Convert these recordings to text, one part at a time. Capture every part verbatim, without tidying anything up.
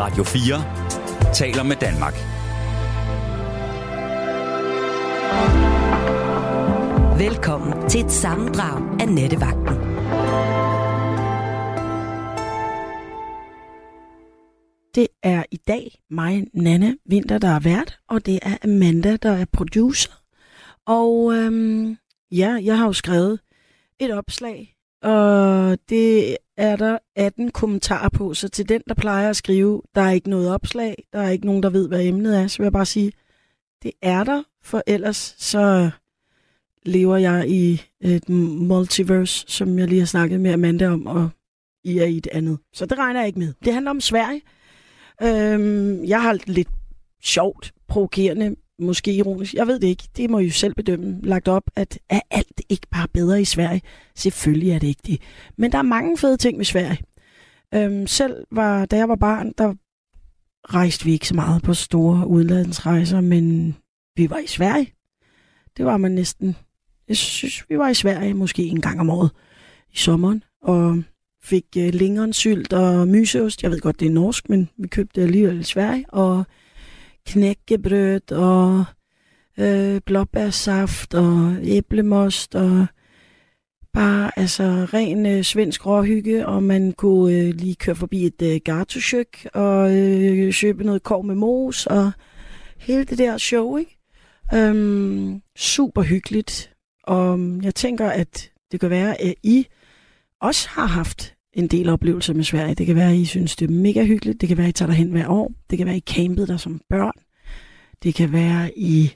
Radio fire taler med Danmark. Velkommen til et sammendrag af Nattevagten. Det er i dag mig, Nanne Winther, der er vært, og det er Amanda, der er producer. Og øhm, ja, jeg har jo skrevet et opslag, og det er der atten kommentarer på, så til den, der plejer at skrive, der er ikke noget opslag, der er ikke nogen, der ved, hvad emnet er, så vil jeg bare sige, det er der, for ellers så lever jeg i et multiverse, som jeg lige har snakket med Amanda om, og I er i et andet. Så det regner jeg ikke med. Det handler om Sverige. Øhm, jeg har lidt sjovt, provokerende, måske ironisk, jeg ved det ikke, det må I jo selv bedømme, lagt op, at er alt ikke bare bedre i Sverige? Selvfølgelig er det ikke det. Men der er mange fede ting ved Sverige. Øhm, selv var, da jeg var barn, der rejste vi ikke så meget på store udlandsrejser, men vi var i Sverige. Det var man næsten, jeg synes, vi var i Sverige måske en gang om året i sommeren, og fik uh, lingonsylt og myseost. Jeg ved godt, det er norsk, men vi købte det alligevel i Sverige. Og knækkebrød og øh, blåbærsaft og æblemost og bare altså ren øh, svensk råhygge. Og man kunne øh, lige køre forbi et øh, gartusjøk og øh, købe noget kål med mos og hele det der show, ikke? Øhm, super hyggeligt. Og jeg tænker, at det kan være, at I også har haft en del oplevelser med Sverige. Det kan være, at I synes, det er mega hyggeligt. Det kan være, at I tager derhen hver år. Det kan være, at I campede der som børn. Det kan være, at I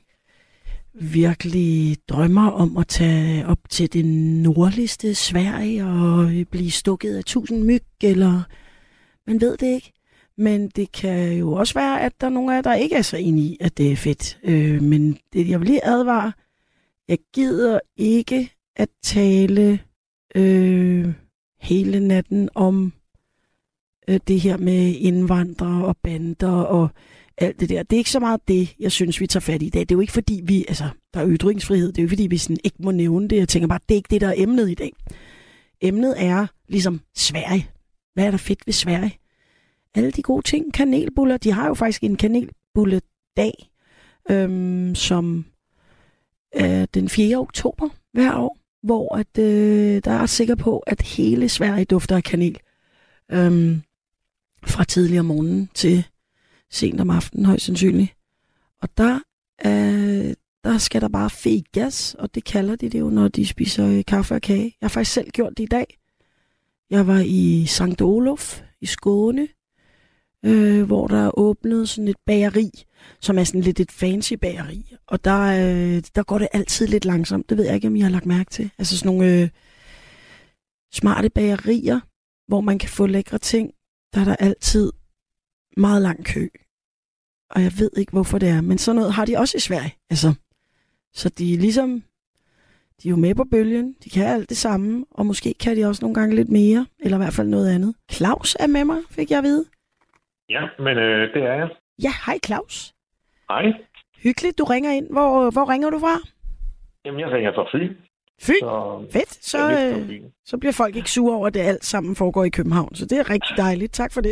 virkelig drømmer om at tage op til det nordligste Sverige og blive stukket af tusind myg, eller man ved det ikke. Men det kan jo også være, at der er nogle af jer, der ikke er så enige i, at det er fedt. Øh, men det, jeg vil lige advare, jeg gider ikke at tale øh, hele natten om øh, det her med indvandrere og bander og alt det der. Det er ikke så meget det, jeg synes, vi tager fat i i dag. Det er jo ikke fordi, vi, altså, der er ytringsfrihed. Det er jo ikke fordi, vi sådan ikke må nævne det. Jeg tænker bare, det er ikke det, der er emnet i dag. Emnet er ligesom Sverige. Hvad er der fedt ved Sverige? Alle de gode ting. Kanelbuller. De har jo faktisk en kanelbulledag, øhm, som er den fjerde oktober hver år, hvor at, øh, der er sikker på, at hele Sverige dufter af kanel. Øhm, fra tidlig om morgenen til sent om aftenen, højst sandsynligt. Og der, øh, der skal der bare fegas, og det kalder de det jo, når de spiser kaffe og kage. Jeg har faktisk selv gjort det i dag. Jeg var i Sankt Olof i Skåne, øh, hvor der er åbnet sådan et bageri, som er sådan lidt et fancy bageri. Og der, øh, der går det altid lidt langsomt. Det ved jeg ikke, om I har lagt mærke til. Altså sådan nogle øh, smarte bagerier, hvor man kan få lækre ting. Der er der altid meget lang kø. Og jeg ved ikke, hvorfor det er. Men sådan noget har de også i Sverige. Altså, så de er ligesom, de er jo med på bølgen. De kan alt det samme. Og måske kan de også nogle gange lidt mere. Eller i hvert fald noget andet. Claus er med mig, fik jeg at vide. Ja, men øh, det er jeg. Ja, hej Claus. Hej. Hyggeligt, du ringer ind. Hvor, hvor ringer du fra? Jamen, jeg ringer fra Fyn. Fyn? Så, fedt. Så, øh, så bliver folk ikke sure over, at det alt sammen foregår i København. Så det er rigtig dejligt. Tak for det.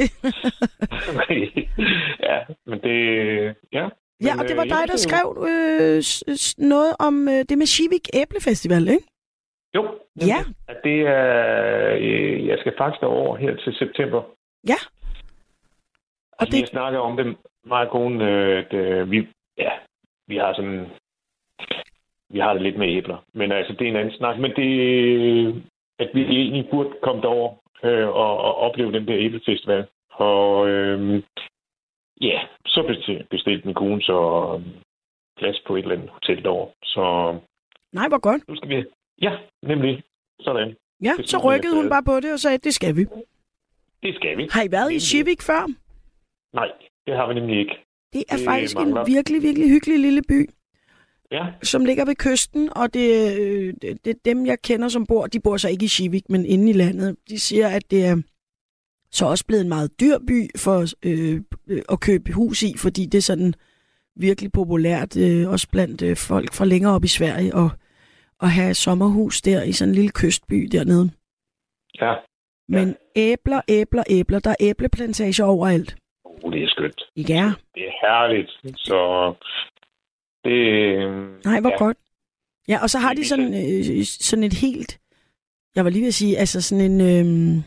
ja, men det... Ja, ja men, og det var øh, dig, der skrev øh, noget om øh, det med Kivik Æblefestival, ikke? Jo. Jamen, ja. Det er... Øh, jeg skal faktisk derover her til september. Ja. Og altså, det... Jeg snakker om det meget kone, at øh, vi... Ja, vi har sådan... Vi har det lidt med æbler, men altså, det er en anden snak. Men det, at vi egentlig burde komme derover øh, og, og opleve den der æblefestival. Og øh, ja, så bestilte min kone så plads på et eller andet hotel derovre. Så nej, hvor godt. Nu skal vi... Ja, nemlig. Sådan. Ja, så rykkede hun bare på det og sagde, det skal vi. Det skal vi. Har I været i Kivik før? Nej, det har vi nemlig ikke. Det er det faktisk mangler. En virkelig, virkelig hyggelig lille by. Ja. Som ligger ved kysten, og det, det, det dem, jeg kender, som bor, de bor så ikke i Kivik, men inde i landet. De siger, at det er så også blevet en meget dyr by for øh, at købe hus i, fordi det er sådan virkelig populært, øh, også blandt øh, folk fra længere op i Sverige, og, at have sommerhus der i sådan en lille kystby dernede. Ja. Men æbler, æbler, æbler, der er æbleplantager overalt. Uh, det er skønt. Ja. Det er herligt. Så det... Nej, hvor ja. godt. Ja, og så har de sådan, øh, sådan et helt... Jeg var lige ved at sige, altså sådan en, øh,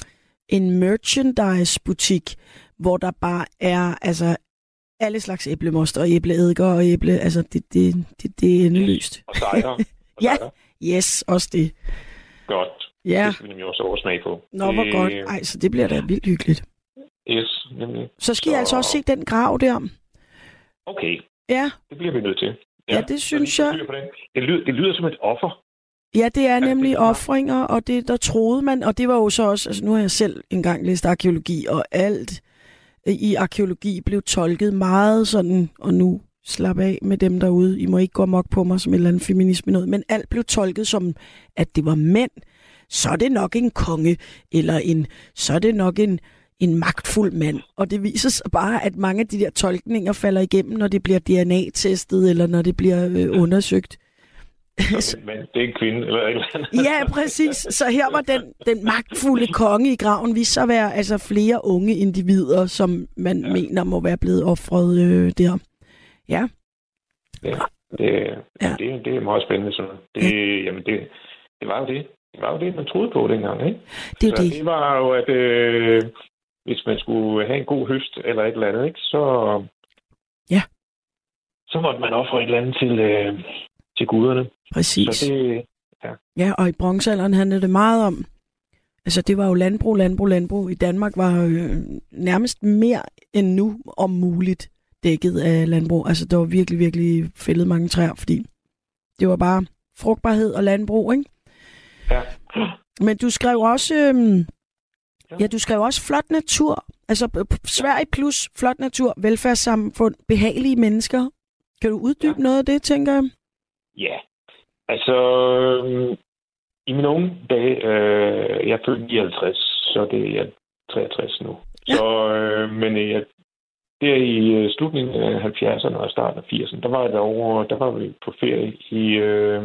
en merchandise-butik, hvor der bare er altså alle slags æblemost og æbleeddike og æble... Altså, det, det, det, det er endeløst. Og sejre. Og Ja, sejre. yes, også det. Godt. Ja. Det skal vi nemlig også oversmage på. Nå, hvor det... godt. Ej, så det bliver da vildt hyggeligt. Yes, nemlig. Så skal så... I altså også se den grav der. Okay, Ja, det bliver vi nødt til. ja, det synes jeg. Det. Det, lyder, det lyder som et offer. Ja, det er det nemlig klart? ofringer, og det der troede man, og det var jo så også, altså nu har jeg selv engang læst arkæologi, og alt i arkæologi blev tolket meget sådan, og nu slap af med dem derude, I må ikke gå amok på mig som et eller andet feminisme noget, men alt blev tolket som, at det var mænd, så er det nok en konge, eller en, så er det nok en, en magtfuld mand. Og det viser sig bare, at mange af de der tolkninger falder igennem, når det bliver D N A-testet, eller når det bliver øh, undersøgt. Men det er en kvinde, eller et eller andet. Ja, præcis. Så her var den, den magtfulde konge i graven, viste sig at være altså flere unge individer, som man ja. mener må være blevet ofret øh, der. Ja. Det, det, ja. det, det er meget spændende. Så det, ja. jamen det, det var jo det. Det var jo det, man troede på dengang, ikke? Det er så det. det var jo, at øh, hvis man skulle have en god høst eller et eller andet, ikke, så, ja. så måtte man ofre et eller andet til, øh, til guderne. Præcis. Så det, ja. ja, og i bronzealderen handlede det meget om, altså det var jo landbrug, landbrug, landbrug. I Danmark var øh, nærmest mere end nu om muligt dækket af landbrug. Altså der var virkelig, virkelig fældet mange træer, fordi det var bare frugtbarhed og landbrug, ikke? Ja. Men du skrev også, øh, ja. ja, du skrev også flot natur. Altså Sverige plus flot natur, velfærdssamfund, behagelige mennesker. Kan du uddybe ja. noget af det, tænker jeg? Ja, altså øh, i mine unge dage, øh, jeg er født nioghalvtreds, så det er jeg treogtres nu. Ja. Så, øh, men jeg, der i slutningen af halvfjerdserne og starten af firserne, der var jeg derovre, der var vi på ferie i, øh,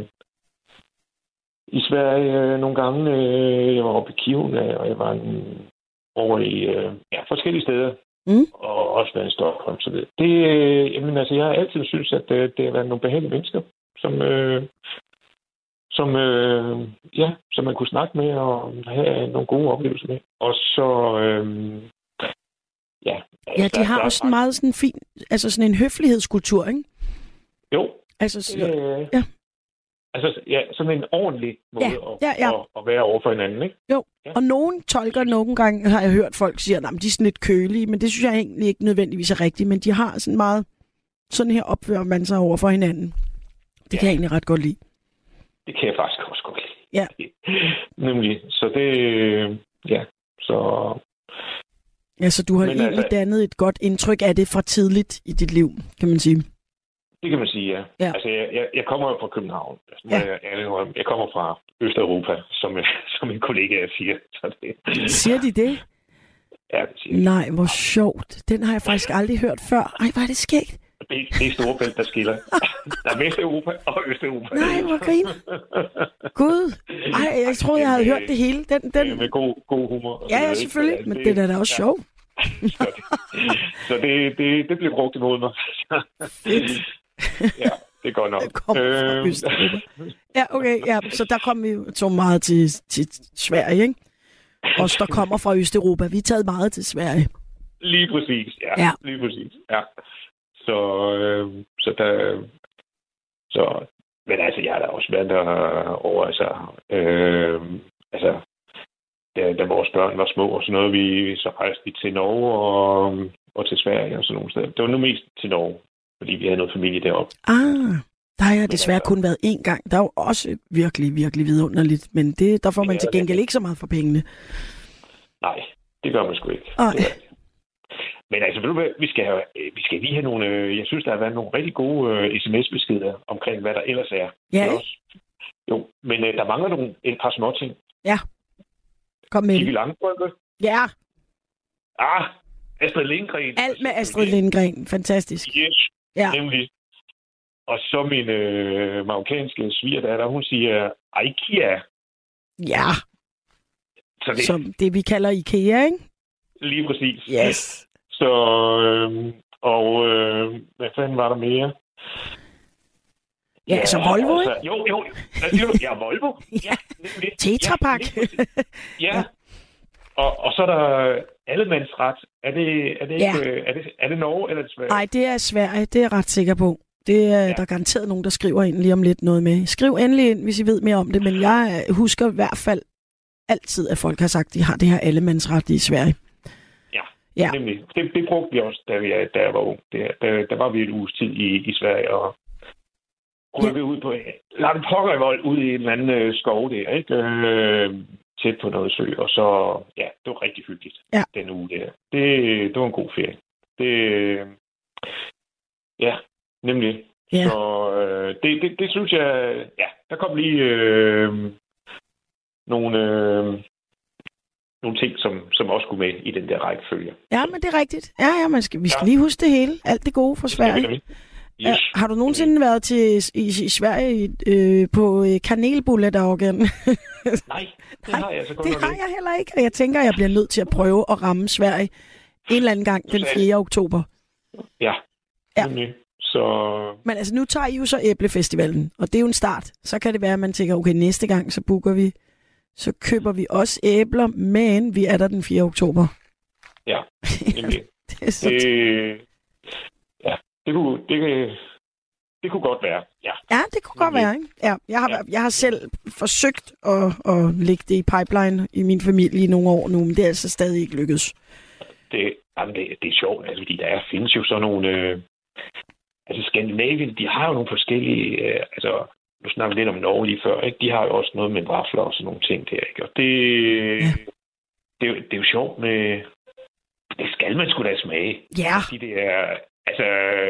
i Sverige øh, nogle gange. Øh, jeg var oppe i Kiruna, og jeg var en, over i øh, ja, forskellige steder. Mm. Og også været i Stockholm. Så det, det, øh, jamen, altså, jeg har altid synes, at øh, det har været nogle behagelige mennesker, som, øh, som, øh, ja, som man kunne snakke med og have nogle gode oplevelser med. Og så, øh, ja. Ja, de har også en meget sådan fin, altså sådan en høflighedskultur, ikke? Jo. Altså, så, øh, ja. Altså, ja, sådan en ordentlig måde ja, at, ja, ja. At, at være over for hinanden, ikke? Jo, ja. Og nogen tolker nogle gange, har jeg hørt folk sige, at de er sådan lidt kølige, men det synes jeg egentlig ikke nødvendigvis er rigtigt, men de har sådan meget, sådan her opfører man sig over for hinanden. Det ja. kan jeg egentlig ret godt lide. Det kan jeg faktisk også godt lide. Ja. Nemlig, så det, ja, så... Ja, så du har men egentlig altså, dannet et godt indtryk af det fra tidligt i dit liv, kan man sige. Det kan man sige, ja. ja. Altså, jeg, jeg, jeg kommer jo fra København. Altså, ja. jeg, jeg, jeg kommer fra Østeuropa, som, som min kollega siger. Så det... Siger de det? Ja, det siger de. Nej, hvor sjovt. Den har jeg faktisk aldrig hørt før. Ej, hvor er det skægt. Det, det er Storebælt, der skiller. Der er Vesteuropa og Østeuropa. Nej, hvor grin. Gud. Ej, jeg troede, jeg havde hørt det hele. Den, den... Med god, god humor. Ja, ja, selvfølgelig. Altså, men det, det er da også ja. sjovt. så det, så det, det, det blev brugt imod mig. Ja, det er godt nok. Det kommer fra Østeuropa. Ja, okay. Ja, så der kom vi jo så meget til, til Sverige, ikke? Os, der kommer fra Østeuropa. Vi er taget meget til Sverige. Lige præcis, ja. ja. Lige præcis, ja. Så, øh, så der... Så, men altså, jeg har da også været der over, altså... Øh, altså, da, da vores børn var små og sådan noget, vi, så rejste vi til Norge og, og til Sverige og sådan nogle steder. Det var nu mest til Norge, fordi vi havde noget familie deroppe. Ah, der har jeg desværre kun været én gang. Der er jo også virkelig, virkelig vidunderligt, men det, der får man ja, til gengæld ikke så meget for pengene. Nej, det gør man sgu ikke. Ah. Men altså, ved du hvad, vi skal, have, vi skal lige have nogle... Jeg synes, der har været nogle rigtig gode uh, sms-beskeder omkring, hvad der ellers er. Ja. Jo, men uh, der mangler nogle, et par små ting. Ja. Kom med. Pippi Langstrømpe. Ja. Ah, Astrid Lindgren. Alt med Astrid Lindgren. Fantastisk. Yes, ja. Nemlig. Og så min øh, marokkanske svigerdatter, hun siger IKEA. Ja. Så det, som det, vi kalder IKEA, ikke? Lige præcis. Yes. Så, øh, og øh, hvad fanden var der mere? Ja, altså Volvo, altså, ikke? Jo, jo. Jo, ja, Volvo. Ja, nemlig. Tetra Pak. Ja, ja. ja. Og, og så er der allemandsret. Er det, er det, Ja. ikke, er det, er det Norge eller det Sverige? Nej, det er Sverige. Det er jeg ret sikker på. Det er ja. Der er garanteret nogen, der skriver ind lige om lidt noget med. Skriv endelig ind, hvis I ved mere om det. Men jeg husker i hvert fald altid, at folk har sagt, at de har det her allemandsret i Sverige. Ja, ja. nemlig. Det, det brugte vi også, da, vi, da jeg var ung. Det, der, der var vi et uges tid i, i Sverige, og rykkede ja. ud på langt pokkervold ud i en eller anden øh, skov der, ikke? Øh, tæt på noget sø, og så, ja, det var rigtig hyggeligt, ja. den uge der. Det, det var en god ferie. Det, ja, nemlig. Ja. Så øh, det, det, det synes jeg, ja, der kom lige øh, nogle, øh, nogle ting, som, som også skulle med i den der rækkefølge. Ja, men det er rigtigt. Ja, ja, man skal, vi skal ja. lige huske det hele. Alt det gode fra Sverige. Yes. Ja, har du nogensinde okay. været til i, i Sverige øh, på kanelbulledagen? Nej, det har jeg så godt det har jeg heller ikke. Og jeg tænker, at jeg bliver nødt til at prøve at ramme Sverige en eller anden gang den fjerde oktober. Ja, ja. Så... Men altså, nu tager I jo så Æblefestivalen, og det er jo en start. Så kan det være, at man tænker, okay, næste gang, så booker vi, så køber vi også æbler, men vi er der den fjerde oktober. Ja, nemlig. det er så... det... Ja, det kunne, det, det kunne godt være, ja. Ja, det kunne godt være, ikke? Ja, jeg har, ja. jeg har selv forsøgt at, at lægge det i pipeline i min familie i nogle år nu, men det er altså stadig ikke lykkedes. Det, jamen det, det er sjovt, altså, fordi der findes jo sådan nogle... Øh... Altså, Skandinavien, de har jo nogle forskellige... Øh, altså, nu snakker vi lidt om Norge lige før, ikke? De har jo også noget med vafler og sådan nogle ting der, ikke? Og det... Ja. Det, er jo, det er jo sjovt med... Det skal man sgu da smage. Ja. Fordi det er... Altså...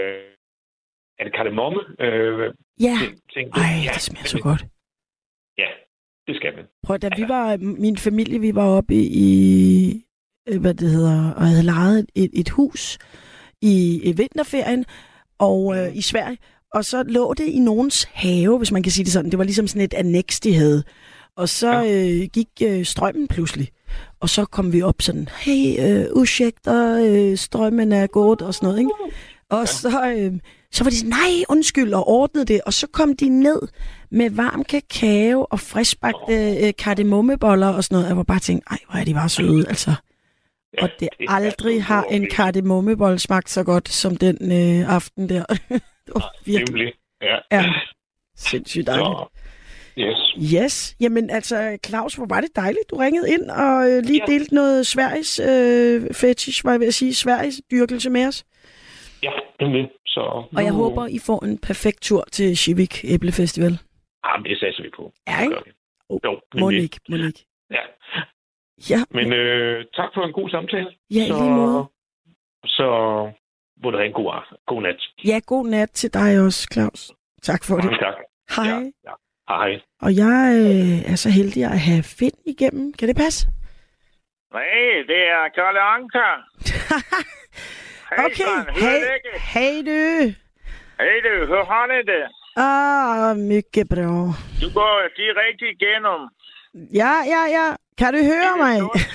Er det kardemomme? Øh, ja. Ting, ting, Ej, ja, det smager så godt. Ja, det skal man. Prøv, da vi var... Min familie, vi var oppe i... Hvad det hedder... Og havde lejet et, et hus i, i vinterferien og øh, i Sverige. Og så lå det i nogens have, hvis man kan sige det sådan. Det var ligesom sådan et anneks, de havde. Og så øh, gik øh, strømmen pludselig. Og så kom vi op sådan, hey, øh, ursäkta, øh, strømmen er gået og sådan noget, ikke? Og så, øh, så var de sådan, nej, undskyld, og ordnede det. Og så kom de ned med varm kakao og friskbagte øh, kardemommeboller og sådan noget. Jeg var bare tænkt, ej, hvor er de bare søde, altså. Og det aldrig har en kardemommebolle smagt så godt som den øh, aften der. Det var virkelig. Ja. ja. Sindssygt dejligt. Yes. Yes. Jamen altså, Claus, hvor var det dejligt, du ringede ind og øh, lige ja. delte noget Sveriges øh, fetish, var jeg ved at sige, Sveriges dyrkelse med os. Ja, nemlig. Så nu... Og jeg håber, I får en perfekt tur til Kivik Æblefestival. Jamen, det satser vi på. Ja, ikke? Oh, jo, Monique, Monique. Ja. Ja. Men øh, tak for en god samtale. Ja, så, i lige måde. Så må du have en god, god nat. Ja, god nat til dig også, Claus. Tak for Mange det. tak. Hej. Ja, ja. Hej. Og jeg øh, er så heldig at have Finn igennem. Kan det passe? Nej, det er Karl Anka. Okay, hej, hej du. Hej du, hur har ni det? Ah, mycket bra. Du går direkte igennem. Ja, ja, ja. Kan du høre mig?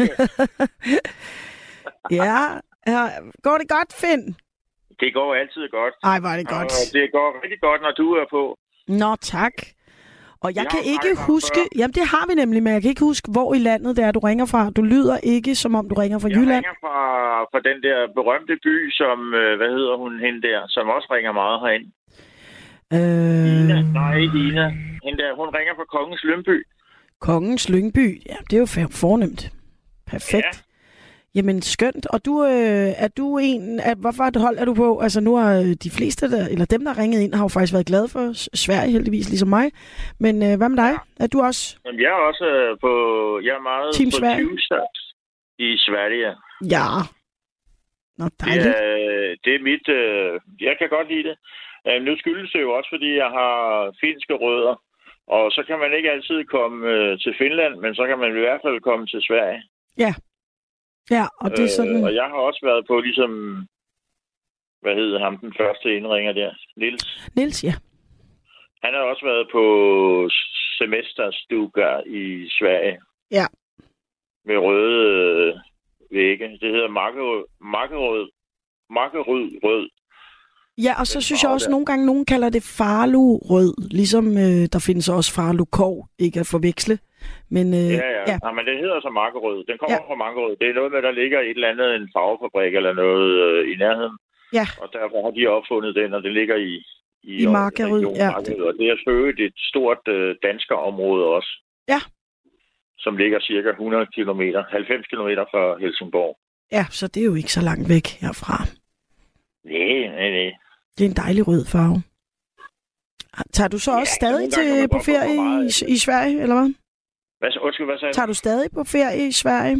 ja. ja. Går det godt, Finn? Det går altid godt. Ej, var det godt. Og det går rigtig godt, når du er på. Nå, tak. Og jeg kan ikke huske... Før. Jamen, det har vi nemlig, men jeg kan ikke huske, hvor i landet det er, du ringer fra. Du lyder ikke, som om du ringer fra jeg Jylland. Jeg ringer fra, fra den der berømte by, som... Hvad hedder hun hende der? Som også ringer meget herind. Øh... Ina. Nej, ikke Ina. Hende der, hun ringer fra Kongens Lyngby. Kongens Lyngby. Ja, det er jo fornemt. Perfekt. Ja. Jamen, skønt. Og du, øh, er du en... Er, hvorfor et hold er du på? Altså, nu har de fleste, der, eller dem, der har ringet ind, har jo faktisk været glade for Sverige, heldigvis, ligesom mig. Men øh, hvad med dig? Er du også... Jamen, jeg er også på... Jeg er meget Team på Tivstad i Sverige. Ja. Nå, dejligt. Det er, det er mit... Øh, jeg kan godt lide det. Øh, nu skyldes det jo også, fordi jeg har finske rødder. Og så kan man ikke altid komme øh, til Finland, men så kan man i hvert fald komme til Sverige. Ja. Ja, og det er sådan... Øh, og jeg har også været på ligesom... Hvad hedder ham, den første indringer der? Nils. Nils, ja. Han har også været på semesterstuger i Sverige. Ja. Med røde øh, vægge. Det hedder Markerød, Markerød makkerød rød. Ja, og så synes jeg også, at nogle gange nogen kalder det farlu-rød, ligesom øh, der findes også farlu-kov, ikke at forveksle. Men, øh, ja, ja. ja. ja, men det hedder så makkerød. Den kommer ja. fra makkerød. Det er noget med, der ligger et eller andet, en farvefabrik eller noget øh, i nærheden. Ja. Og derfor har de opfundet den, og det ligger i I, I Markerød, ja. Og det er selvfølgelig et stort øh, danskerområde også. Ja. Som ligger cirka hundrede kilometer, halvfems kilometer fra Helsingborg. Ja, så det er jo ikke så langt væk herfra. Nej, nej, nej. Det er en dejlig rød farve. Tager du så også ja, stadig til på ferie i, i Sverige, eller hvad? Hvad, undskyld, hvad sagde du? Tager du stadig på ferie i Sverige?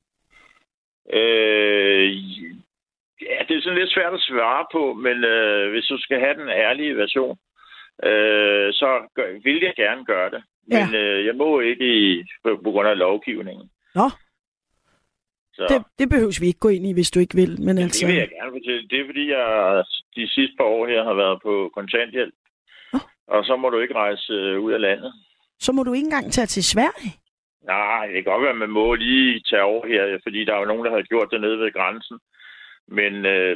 Øh, ja, det er sådan lidt svært at svare på, men øh, hvis du skal have den ærlige version, øh, så gør, vil jeg gerne gøre det. Men ja. øh, jeg må ikke i, på, på grund af lovgivningen. Nå. Det, det behøves vi ikke gå ind i, hvis du ikke vil. Men det altså... vil jeg gerne fortælle. Det er fordi, jeg de sidste par år her har været på kontanthjælp. Oh. Og så må du ikke rejse øh, ud af landet. Så må du ikke engang tage til Sverige? Nej, det kan godt være, at man må lige tage over her, fordi der er jo nogen, der har gjort det nede ved grænsen. Men øh,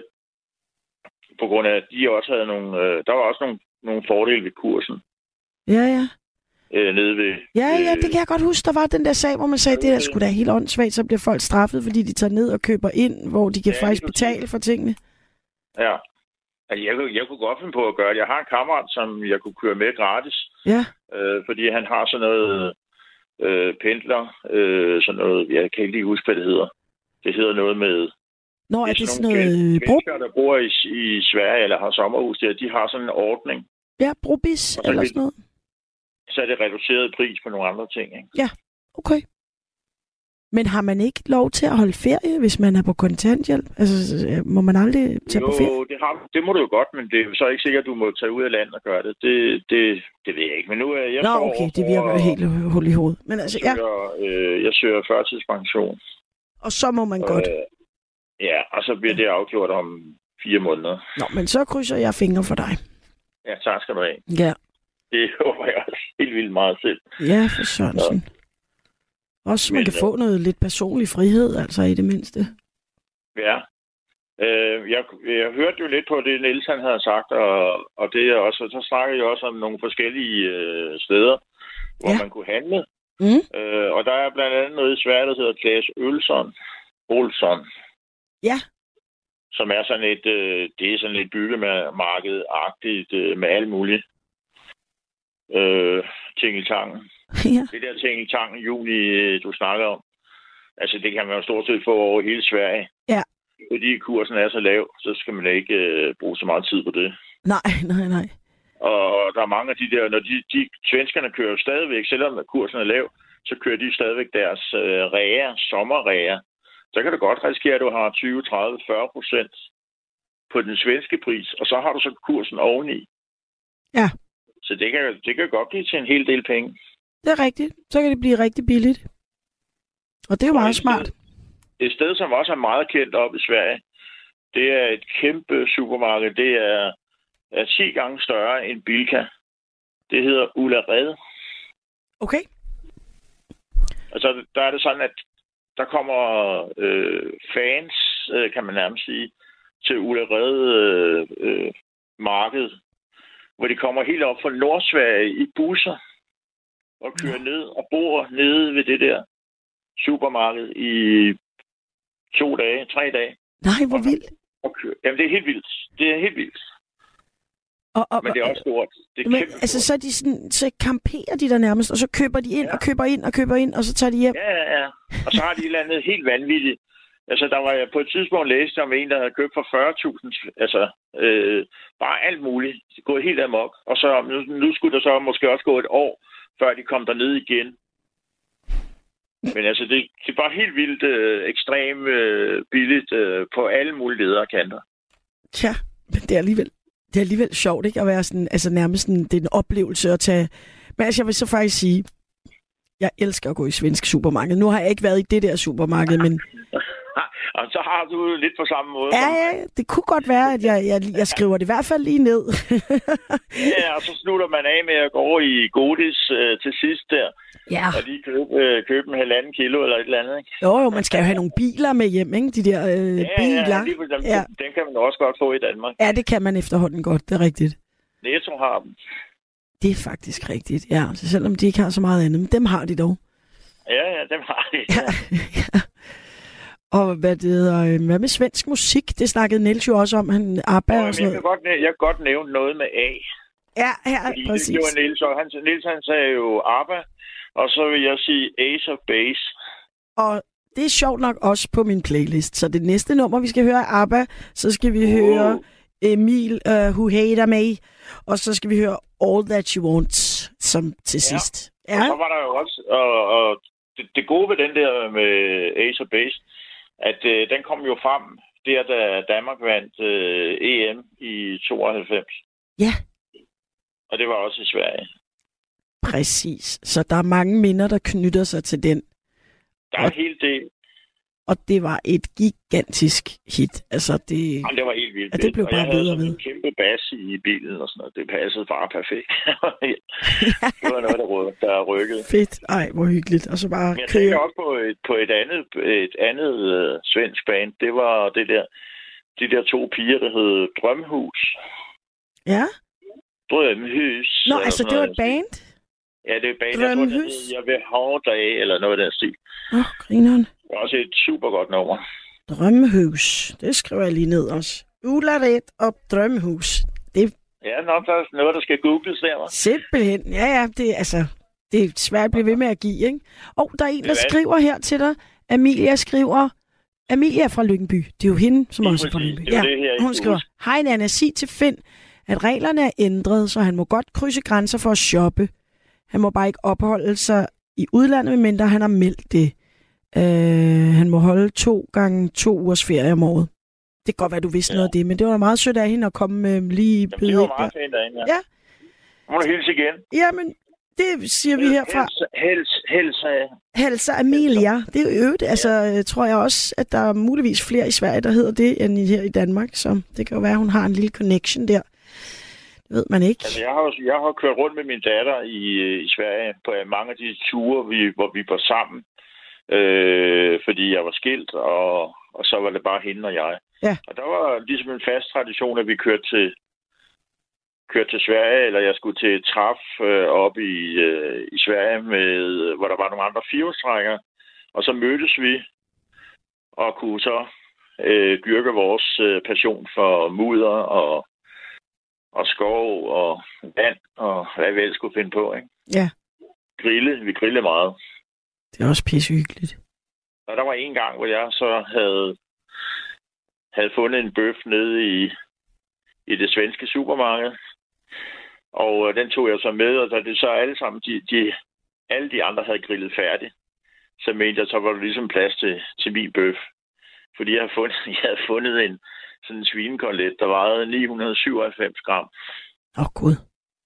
på grund af, at de også havde nogle... Øh, der var også nogle, nogle fordele ved kursen. Ja, ja. Øh, nede ved... Ja, ja, det kan jeg godt huske. Der var den der sag, hvor man sagde, at det der skulle da helt åndssvagt, så bliver folk straffet, fordi de tager ned og køber ind, hvor de kan ja, faktisk betale for tingene. Ja. Altså, jeg, jeg kunne godt finde på at gøre det. Jeg har en kammerat, som jeg kunne køre med gratis. Ja. Øh, fordi han har sådan noget øh, pendler, øh, sådan noget... Jeg kan ikke lige huske, hvad det hedder. Det hedder noget med... Nå, er det sådan noget... Mennesker, der bor i, i Sverige eller har sommerhus der, de har sådan en ordning. Ja, brobis eller sådan noget. Så er det reduceret pris på nogle andre ting, ikke? Ja, okay. Men har man ikke lov til at holde ferie, hvis man er på kontanthjælp? Altså, må man aldrig tage jo, på ferie? Det, har, det må du jo godt, men det er så ikke sikkert, at du må tage ud af landet og gøre det. Det, det, det ved jeg ikke, men nu er jeg... Nå, okay, det virker jo helt hul i hovedet. Men altså, jeg søger, ja. øh, jeg søger førtidspension. Og så må man øh, godt? Ja, og så bliver det afgjort om fire måneder. Nå, men så krydser jeg fingre for dig. Ja, tak skal du have. Ja. Det håber jeg også helt vildt meget selv. Ja, for Sørensen. Ja. Også man Men, kan få noget lidt personlig frihed, altså i det mindste. Ja. Øh, jeg, jeg hørte jo lidt på det, Niels han havde sagt, og, og det er også, så snakker jeg også om nogle forskellige øh, steder, hvor ja. man kunne handle. Mm. Øh, og der er blandt andet noget i Sverige, der hedder Claes Olsson. Olsson. Ja. Som er sådan et, øh, det er sådan et byggemarked-agtigt øh, med alt muligt. Øh, Tingeltangen. Ja. Det der Tingeltangen juli, du snakker om. Altså, det kan man jo stort set få over hele Sverige. Ja. Fordi kursen er så lav, så skal man ikke øh, bruge så meget tid på det. Nej, nej, nej. Og der er mange af de der, når de, de svenskerne kører stadigvæk, selvom kursen er lav, så kører de stadigvæk deres øh, ræger, sommerræger. Så kan det godt risikere, at du har tyve, tredive, fyrre procent på den svenske pris, og så har du så kursen oveni. Ja. Så det kan, det kan godt blive til en hel del penge. Det er rigtigt. Så kan det blive rigtig billigt. Og det er jo og meget et smart. Sted, et sted, som også er meget kendt op i Sverige, det er et kæmpe supermarked. Det er, er ti gange større end Bilka. Det hedder Ullared. Okay. Altså, der er det sådan, at der kommer øh, fans, øh, kan man nærmest sige, til Ullared øh, øh, marked, hvor de kommer helt op fra Nordsverige i busser og kører ned og bor nede ved det der supermarked i to dage, tre dage. Nej, hvor vildt. Og kører. Jamen, det er helt vildt. Det er helt vildt. Og, og, men det er også stort. Det er men, altså, så, de sådan, så camperer de der nærmest, og så køber de ind ja. og køber ind og køber ind, og så tager de hjem. Ja, ja, ja. Og så har de et eller andet helt vanvittigt. Altså, der var jeg på et tidspunkt læst om en, der havde købt for fyrre tusind. Altså, øh, bare alt muligt. Gået helt amok. Og så nu, nu skulle der så måske også gå et år, før de kom derned igen. Men altså, det, det er bare helt vildt øh, ekstremt øh, billigt øh, på alle mulige ledere og kanter. Tja, men det er alligevel, det er alligevel sjovt, ikke? At være sådan, altså nærmest sådan, det er en oplevelse at tage. Men altså, jeg vil så faktisk sige, jeg elsker at gå i svensk supermarked. Nu har jeg ikke været i det der supermarked, men... Og så har du lidt på samme måde. Ja, ja, det kunne godt være, at jeg, jeg, jeg skriver det i hvert fald lige ned. Ja, og så slutter man af med at gå over i Godis øh, til sidst der. Ja. Og lige købe, øh, købe en halvanden kilo eller et eller andet, ikke? Jo, jo, man skal jo have nogle biler med hjem, ikke? De der øh, ja, biler. Ja, lige, den, ja, den kan man også godt få i Danmark. Ja, det kan man efterhånden godt, det er rigtigt. Netto har dem. Det er faktisk rigtigt, ja. Så selvom de ikke har så meget andet, men dem har de dog. Ja, ja, dem har de. Ja. Ja. Og hvad det hedder, hvad med svensk musik? Det snakkede Niels jo også om, han arbejder og sådan noget. Jeg kan godt, jeg kan godt nævne noget med A. Ja, ja, fordi præcis. Det var Niels, og han, Niels han sagde jo ABBA, og så vil jeg sige Ace of Base. Og det er sjovt nok også på min playlist. Så det næste nummer, vi skal høre er ABBA, så skal vi uh. høre Emil, uh, Who Hater Me, og så skal vi høre All That You Want som til ja. sidst. Ja, og så var der jo også, og, og det, det gode ved den der med Ace of Base, at uh, den kom jo frem der, da Danmark vandt uh, E M i tooghalvfems. Ja. Og det var også i Sverige. Præcis. Så der er mange minder, der knytter sig til den. Der er og, en hel del. Og det var et gigantisk hit. Altså det... Jamen, det var helt vildt. Ja, det blev og bare jeg ved og havde ved. en kæmpe bas i bilen og sådan noget. Det passede bare perfekt. Det var noget, der, rød, der rykkede. Fedt. Ej, hvor hyggeligt. Og så bare Men jeg køre. tænker også på et, på et andet, et andet uh, svensk band. Det var det der, de der to piger, der hed Drømhus. Ja? Drømhus. Nå, altså det var et band? Ja, det er et band. Drømhus? Jeg tror, det hed Jeg vil have dig, eller noget af den stil. Åh, oh, grineren. Det var også et super godt nummer. Drømmehus. Det skriver jeg lige ned også. Ullared og Drømmehus. Det Ja, nok der er noget, der skal googles der, var. Simpelthen. Ja, ja. Det, altså, det er svært at blive ved med at give, ikke? Og der er en, der skriver her til dig. Amelia skriver... Amelia er fra Lyngby. Det er jo hende, som det også er fra Lyngby. Det er ja, det her, hun skriver, hej Nana, sig til Finn, at reglerne er ændret, så han må godt krydse grænser for at shoppe. Han må bare ikke opholde sig i udlandet, medmindre han har meldt det. Uh, han må holde to gange to ugers ferie om året. Det kan godt være, du vidste ja. noget af det, men det var meget sødt af hende at komme uh, lige... Jamen, det var meget fint af hende, ja. ja. Må du hilse igen? Jamen, det siger vi herfra. Hels, hels, Helsa Amelia. Det er jo øvrigt. Altså, tror jeg også, at der er muligvis flere i Sverige, der hedder det, end her i Danmark. Så det kan jo være, at hun har en lille connection der. Det ved man ikke. Altså, jeg har, jeg har kørt rundt med min datter i, i Sverige på mange af de ture, vi, hvor vi var sammen. Øh, fordi jeg var skilt, og, og så var det bare hende og jeg. Ja. Og der var ligesom en fast tradition, at vi kørte til, kørte til Sverige, eller jeg skulle til et træf øh, op i, øh, i Sverige, med, hvor der var nogle andre firehjulstrækkere. Og så mødtes vi, og kunne så øh, dyrke vores øh, passion for mudder og, og skov og vand, og hvad vi ellers skulle finde på, ikke? Ja. Grille, vi grillede meget. Det er også pissehyggeligt. Og der var en gang, hvor jeg så havde, havde fundet en bøf nede i, i det svenske supermarked. Og den tog jeg så med, og da det så alle sammen, de, de, alle de andre havde grillet færdigt, så mente jeg, så var der ligesom plads til, til min bøf. Fordi jeg havde fundet, jeg havde fundet en sådan en svinekotelet, der vejede ni hundrede syvoghalvfems gram. Åh, oh, Gud.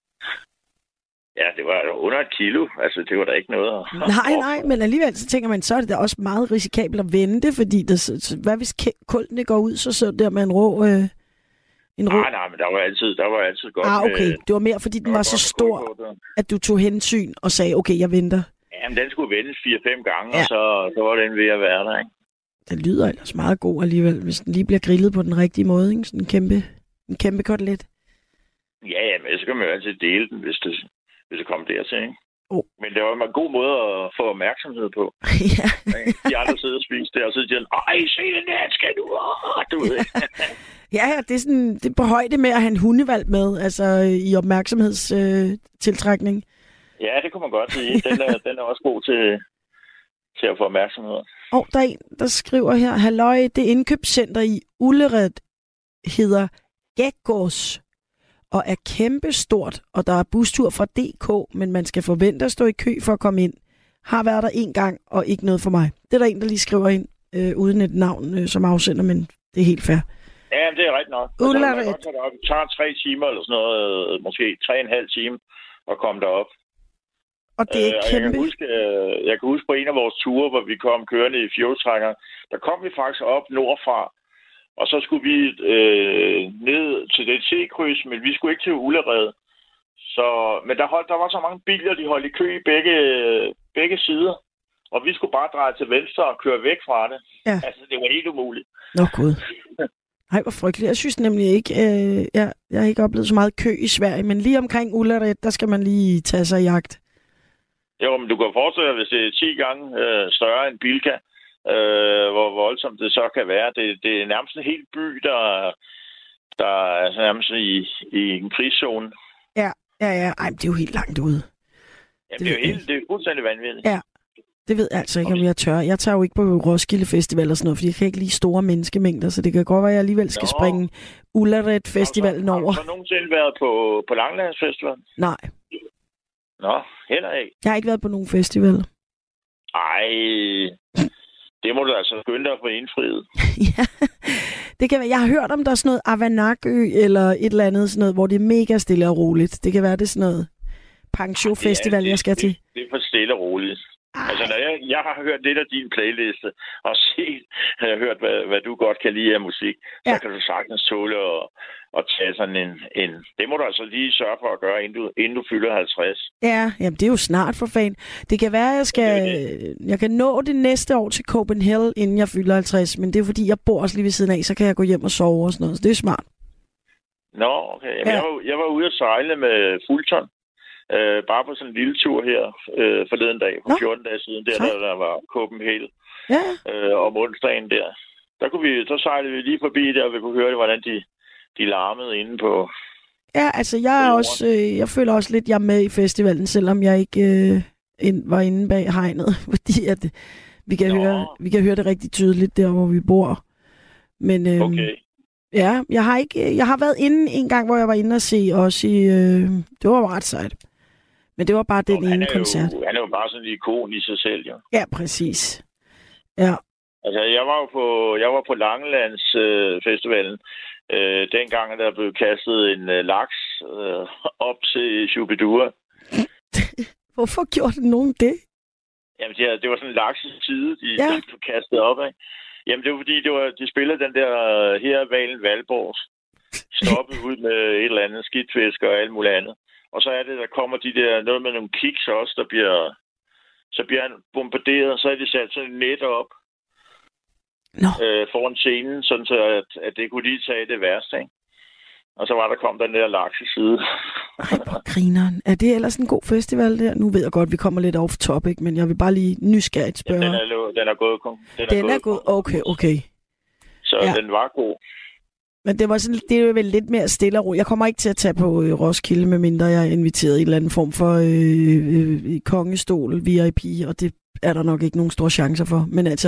Ja, det var under et kilo. Altså, det var da ikke noget. Nej, nej, men alligevel så tænker man, så er det da også meget risikabelt at vente, fordi der, så, hvad hvis kulden går ud, så så der med en rå... Øh, en rå... Nej, nej, men der var altid, der var altid godt. Ah, okay. Med, det var mere, fordi den var, var så stor, at du tog hensyn og sagde, okay, jeg venter. Jamen, den skulle vendes fire-fem gange, ja. og så, så var den ved at være der, ikke? Det lyder ellers meget god alligevel, hvis den lige bliver grillet på den rigtige måde, ikke? Sådan en kæmpe, en kæmpe kotelet. Ja, ja, men så kan man jo altid dele den, hvis det, hvis det kommer dertil, ikke? Oh. Men det var en god måde at få opmærksomhed på. Ja. De andre sidder og spiser der, og så siger de, ej, se den der, skal du? Oh, du ved. Ja, ja, det er, sådan, det er på højde med at have en hundevalg med, altså i opmærksomhedstiltrækning. Øh, ja, det kunne man godt sige. Den er, den er også god til, til at få opmærksomhed. Og der er en, der skriver her, halløj, det indkøbscenter i Ullared hedder Gäckås og er kæmpestort, og der er bustur fra D K, men man skal forvente at stå i kø for at komme ind. Har været der en gang, og ikke noget for mig. Det er der en, der lige skriver ind, øh, uden et navn øh, som afsender, men det er helt fair. Ja, det er rigtigt nok. Ullared. Det tager tre timer eller sådan noget, måske tre og en halv time at komme derop. Og det er øh, kæmpe. Jeg kan, huske, jeg kan huske på en af vores ture, hvor vi kom kørende i fjoltrækker, der kom vi faktisk op nordfra, og så skulle vi øh, ned til det T-kryds, men vi skulle ikke til Ullared. Så, men der, holdt, der var så mange biler, de holdt i kø i begge, begge sider. Og vi skulle bare dreje til venstre og køre væk fra det. Ja. Altså, det var helt umuligt. Nå gud. Ej, hvor frygteligt. Jeg synes nemlig ikke, øh, jeg, jeg har ikke oplevet så meget kø i Sverige, men lige omkring Ullared, der skal man lige tage sig i jagt. Jo, men du kan forestille dig, hvis det er ti gange øh, større end Bilka, øh, hvor voldsomt det så kan være. Det, det er nærmest en hel by, der, der er nærmest i, i en krigszone. Ja, ja, ja. Ej, men det er jo helt langt ude. Jamen, det, det er jo helt, det er fuldstændig vanvittigt. Ja, det ved jeg altså ikke, om jeg tør. Jeg tager jo ikke på Roskilde Festival og sådan noget, fordi jeg kan ikke lide store menneskemængder, så det kan godt være, at jeg alligevel skal Nå. springe Ullared Festivalen har du, over. Har du nogensinde været på, på Langelandsfestivalen? Nej. Nå, heller ikke. Jeg har ikke været på nogen festival. Ej, det må du altså skynde dig at få indfriet. Ja, det kan være. Jeg har hørt om, der er sådan noget Avanakø eller et eller andet, sådan noget, hvor det er mega stille og roligt. Det kan være, det er sådan noget Pangshou Festival, jeg skal det, til. Det, det er for stille og roligt. Ej. Altså, når jeg, jeg har hørt lidt af din playliste, og set, jeg har hørt, hvad, hvad du godt kan lide af musik, ja. Så kan du sagtens tåle at, at tage sådan en, en... Det må du altså lige sørge for at gøre, inden du, inden du fylder halvtreds. Ja, jamen det er jo snart for fan. Det kan være, at jeg skal... Jeg kan nå det næste år til Copenhagen, inden jeg fylder halvtreds, men det er fordi, jeg bor også lige ved siden af, så kan jeg gå hjem og sove og sådan noget, så det er smart. Nå, okay. Jamen, ja. jeg, var, jeg var ude at sejle med Fulton. Øh, bare på sådan en lille tur her øh, forleden dag, for fjorten dage siden, der, der, der var Copenhagen. Ja. Øh, om onsdagen der. Der kunne vi, så sejlede vi lige forbi der, og vi kunne høre, hvordan de, de larmede inde på... Ja, altså jeg er også, øh, jeg føler også lidt, jeg er med i festivalen, selvom jeg ikke øh, ind, var inde bag hegnet, fordi at vi kan, høre, vi kan høre det rigtig tydeligt der, hvor vi bor. Men øh, okay. Ja, jeg har ikke, jeg har været inde en gang, hvor jeg var inde og se også i, øh, det var ret sejt. Men det var bare den ene koncert. Jo, han er jo bare sådan en ikon i sig selv, jo. Ja, præcis. Ja. Altså, jeg var jo på, jeg var på Langelands øh, festivalen, øh, dengang der blev kastet en øh, laks øh, op til Shubidua. Hvorfor gjorde nogen det? Jamen, det, det var sådan en lakseside, de, ja. de blev kastet op af. Jamen, det var fordi, det var, de spillede den der her Valen Valborg, stoppet ud med et eller andet skidtfisk og alt muligt andet. Og så er det, der kommer de der, noget med nogle kiks også, der bliver, så bliver han bombarderet, og så er de sat sådan en net op no. øh, foran scenen, sådan så at, at det kunne lige tage det værste, ikke? Og så var der kom den der lakseside. Ej, hvor grineren. Er det ellers en god festival der? Nu ved jeg godt, vi kommer lidt off topic, men jeg vil bare lige nysgerrigt spørge. Ja, den, er, den er gået. Den, den er, er gået. Okay, okay. Så ja. Den var god. Men det var sådan, det er jo vel lidt mere stille og ro. Jeg kommer ikke til at tage på øh, Roskilde, medmindre jeg er inviteret i en eller anden form for øh, øh, kongestol, V I P, og det er der nok ikke nogen store chancer for. Men altså...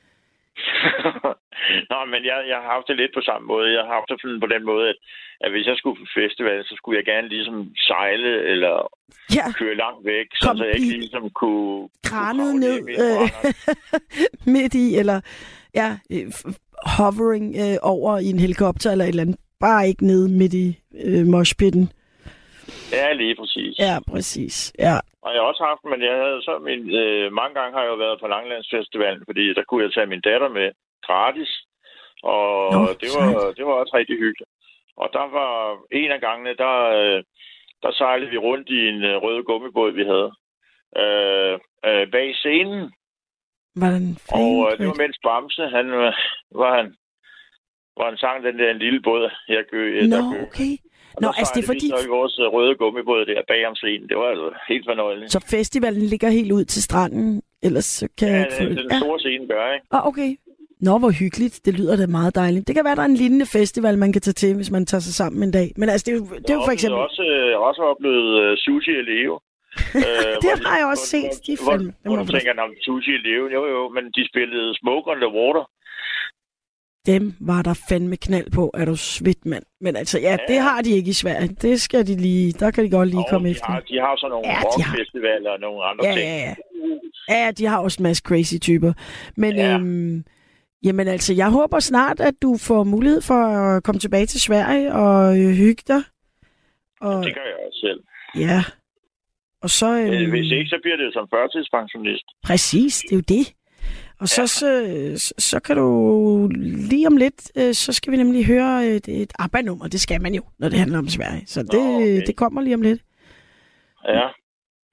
Nå, men jeg, jeg har haft det lidt på samme måde. Jeg har haft det på den måde, at, at hvis jeg skulle på festival, så skulle jeg gerne ligesom sejle eller ja. køre langt væk, så, så jeg ikke ligesom kunne... Kranet ned øh, midt i, eller ja, hovering øh, over i en helikopter eller et eller andet. Bare ikke ned midt i øh, moshpitten. Ja, lige præcis. Ja, præcis. Ja. Og jeg har også haft, men jeg havde så min, øh, mange gange har jeg jo været på Langelandsfestivalen, fordi der kunne jeg tage min datter med gratis, og Nå, det, var, det var også rigtig hyggeligt. Og der var en af gangene, der, der sejlede vi rundt i en rød gummibåd, vi havde, øh, øh, bag scenen. Hvordan og øh, det var mens Bamse, han var han, var han sang den der en lille båd, jeg gør. Nå, okay. Og Nå, så altså det er fordi... Så i vores røde gummibåd der bag om scenen. Det var altså helt fornøjeligt. Så festivalen ligger helt ud til stranden? Ellers så kan ja, jeg ikke få det. Den store scene gør, ikke? Ah, okay. Nå, hvor hyggeligt. Det lyder da meget dejligt. Det kan være, der er en lignende festival, man kan tage til, hvis man tager sig sammen en dag. Men altså, det er jo, det er jo for eksempel... Jeg har også, øh, også oplevet uh, Sushi og Leo. øh, det har jeg også set. De hvor, hvor, hvor du tænker, om Sushi og Leo, jo jo, men de spillede Smoke on the Water. Dem var der fandme knald på, er du svedt, mand. Men altså, ja, ja, det har de ikke i Sverige. Det skal de lige, der kan de godt lige og komme de efter. Har, de har så nogle ja, rockfestivaler og nogle andre ja, ting. Ja, ja. ja, de har også en masse crazy typer. Men ja. øhm, jamen altså, jeg håber snart, at du får mulighed for at komme tilbage til Sverige og øh, hygge dig. Og, det gør jeg også selv. Ja. Og så... Øhm, Hvis ikke, så bliver det som førtidspensionist. Præcis, det er jo det. Og så, ja. så, så kan du lige om lidt, så skal vi nemlig høre et, et ABBA-nummer. Det skal man jo, når det handler om Sverige. Så det, Nå, okay. det kommer lige om lidt. Ja.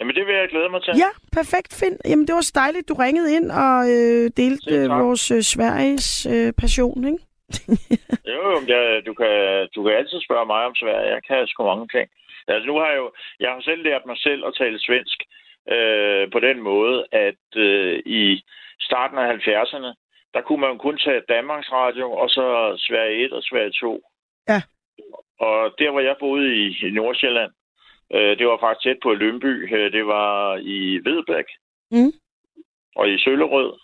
Jamen, det vil jeg glæde mig til. Ja, perfekt, Finn. Jamen, det var så dejligt, du ringede ind og øh, delte øh, vores øh, Sveriges øh, passion, ikke? jo, jo, jeg, du, kan, du kan altid spørge mig om Sverige. Jeg kan sgu mange ting. Altså, nu har jeg jo... Jeg har selv lært mig selv at tale svensk øh, på den måde, at øh, i starten af halvfjerdserne, der kunne man kun tage Danmarks Radio, og så Sverige et og Sverige to. Ja. Og der, hvor jeg boede i, i Nordsjælland, øh, det var faktisk tæt på Lønby. Øh, det var i Vedbæk. Mm. Og i Søllerød.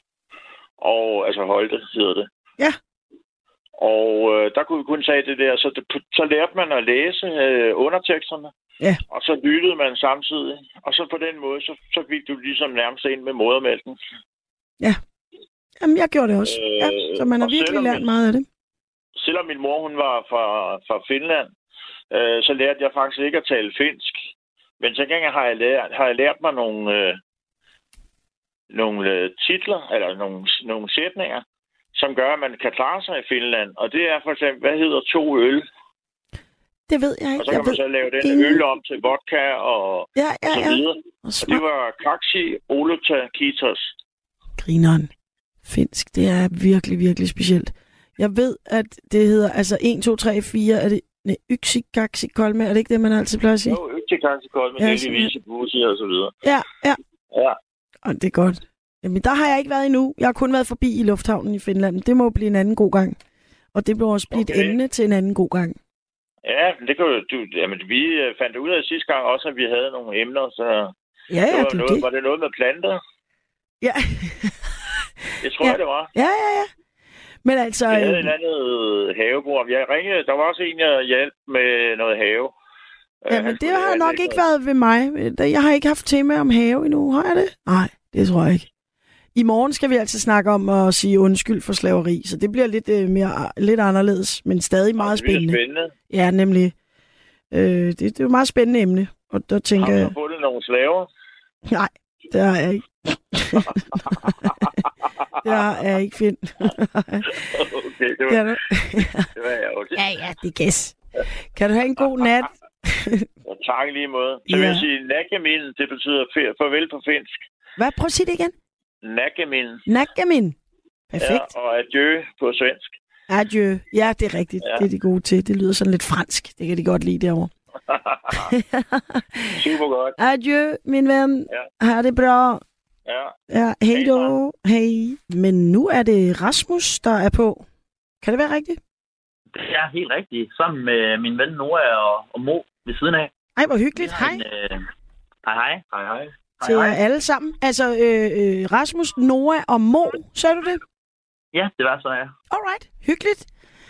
Og altså Holte hedder det. Ja. Og øh, der kunne vi kun tage det der. Så, det, så lærte man at læse øh, underteksterne. Ja. Og så lyttede man samtidig. Og så på den måde, så, så gik du ligesom nærmest ind med modermælken. Ja. Jamen, jeg gjorde det også. Øh, ja, så man har virkelig lært min, meget af det. Selvom min mor, hun var fra, fra Finland, øh, så lærte jeg faktisk ikke at tale finsk. Men så gengæld har jeg lært, har jeg lært mig nogle, øh, nogle øh, titler, eller nogle, nogle sætninger, som gør, at man kan klare sig i Finland. Og det er for eksempel, hvad hedder to øl? Det ved jeg ikke. Og så kan jeg man ved så lave den ingen... øl om til vodka og, ja, ja, og så ja. videre. Og, og det var Kaksi Oluta Kitos. Grineren. Finsk. Det er virkelig, virkelig specielt. Jeg ved, at det hedder altså en, to, tre, fire, er det nej, yksi, kaksi, kolme, er det ikke det, man altid plejer at sige? Jo, yksi, kaksi, kolme, ja, det er vise busi og så videre. Ja, ja. Ja. Og det er godt. Jamen, der har jeg ikke været endnu. Jeg har kun været forbi i lufthavnen i Finland. Det må blive en anden god gang. Og det bliver også blive okay. et emne til en anden god gang. Ja, det kan du... Jamen, vi fandt ud af sidste gang også, at vi havde nogle emner, så... Ja, ja, det var, det noget, det. var det noget med planter? Ja. Det tror ja. jeg, det var. Ja, ja, ja. Men altså... Vi havde øh... et andet havebord. Jeg ringede... Der var også en, jeg hjalp med noget have. Ja, men det har nok ikke været ved mig. Jeg har ikke haft tema om have endnu. Har jeg det? Nej, det tror jeg ikke. I morgen skal vi altså snakke om at sige undskyld for slaveri, så det bliver lidt øh, mere lidt anderledes, men stadig meget spændende. spændende. Ja, nemlig. Øh, det, det er jo et meget spændende emne, og der tænker jeg... Har du fundet nogle slaver? Nej, det har jeg ikke. Det har jeg ikke findt. Okay, det var, kan du... det var jeg okay. Ja, ja, det er gæs. Kan du have en god nat? Ja, tak lige måde. Så ja. vil jeg sige, nakkemin, det betyder farvel på finsk. Hvad? Prøv at sige det igen. Nakkemin. Nakkemin. Perfekt. Ja, og adieu på svensk. Adieu. Ja, det er rigtigt. Ja. Det er de gode til. Det lyder sådan lidt fransk. Det kan de godt lide derovre. Super godt. Adieu, min ven. Ja. Ha' det bra. Ja. Ja, hej då. Hej. Men nu er det Rasmus, der er på. Kan det være rigtigt? Det er helt rigtigt. Sammen med min ven Nora og, og Mo ved siden af. Ej, hvor hyggeligt. Hej. En, øh... Hej, hej. Hej, hej. Til jer alle sammen. Altså, øh, øh, Rasmus, Nora og Mo, sagde du det? Ja, det var så, ja. Alright, hyggeligt.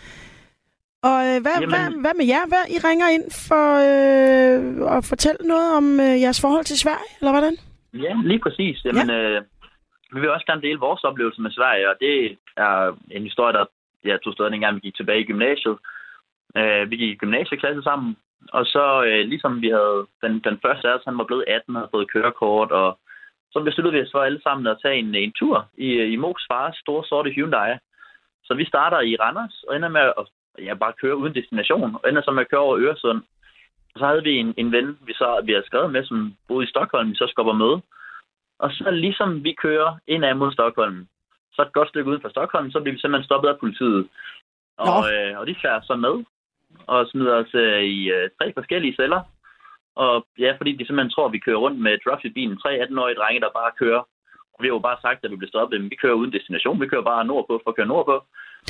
Og øh, hvad, Jamen... hvad, hvad med jer? Hvad, I ringer ind for øh, at fortælle noget om øh, jeres forhold til Sverige, eller hvordan? Ja, lige præcis. Jamen, ja. øh, vi vil også gerne dele vores oplevelse med Sverige, og det er en historie, der jeg tog stået, dengang vi gik tilbage i gymnasiet. Øh, vi gik i gymnasieklasse sammen, og så øh, ligesom vi havde, den, den første af os, han var blevet atten og havde fået kørekort, og så besluttede vi os for alle sammen at tage en, en tur i, i Mos fars store sorte Hyundai. Så vi starter i Randers og ender med at ja, bare køre uden destination, og ender så med at køre over Øresund. Og så havde vi en, en ven, vi så vi havde skrevet med, som boede i Stockholm, vi så skubber med. Og så ligesom vi kører indad mod Stockholm, så et godt stykke uden for Stockholm, så bliver vi simpelthen stoppet af politiet. Og, øh, og de tager så med og smider os øh, i øh, tre forskellige celler. Og ja, fordi de simpelthen tror, at vi kører rundt med drugs i bilen. Tre atten-årige drenge, der bare kører. Og vi har jo bare sagt, at vi bliver stoppet, men vi kører uden destination. Vi kører bare nordpå for at køre nordpå.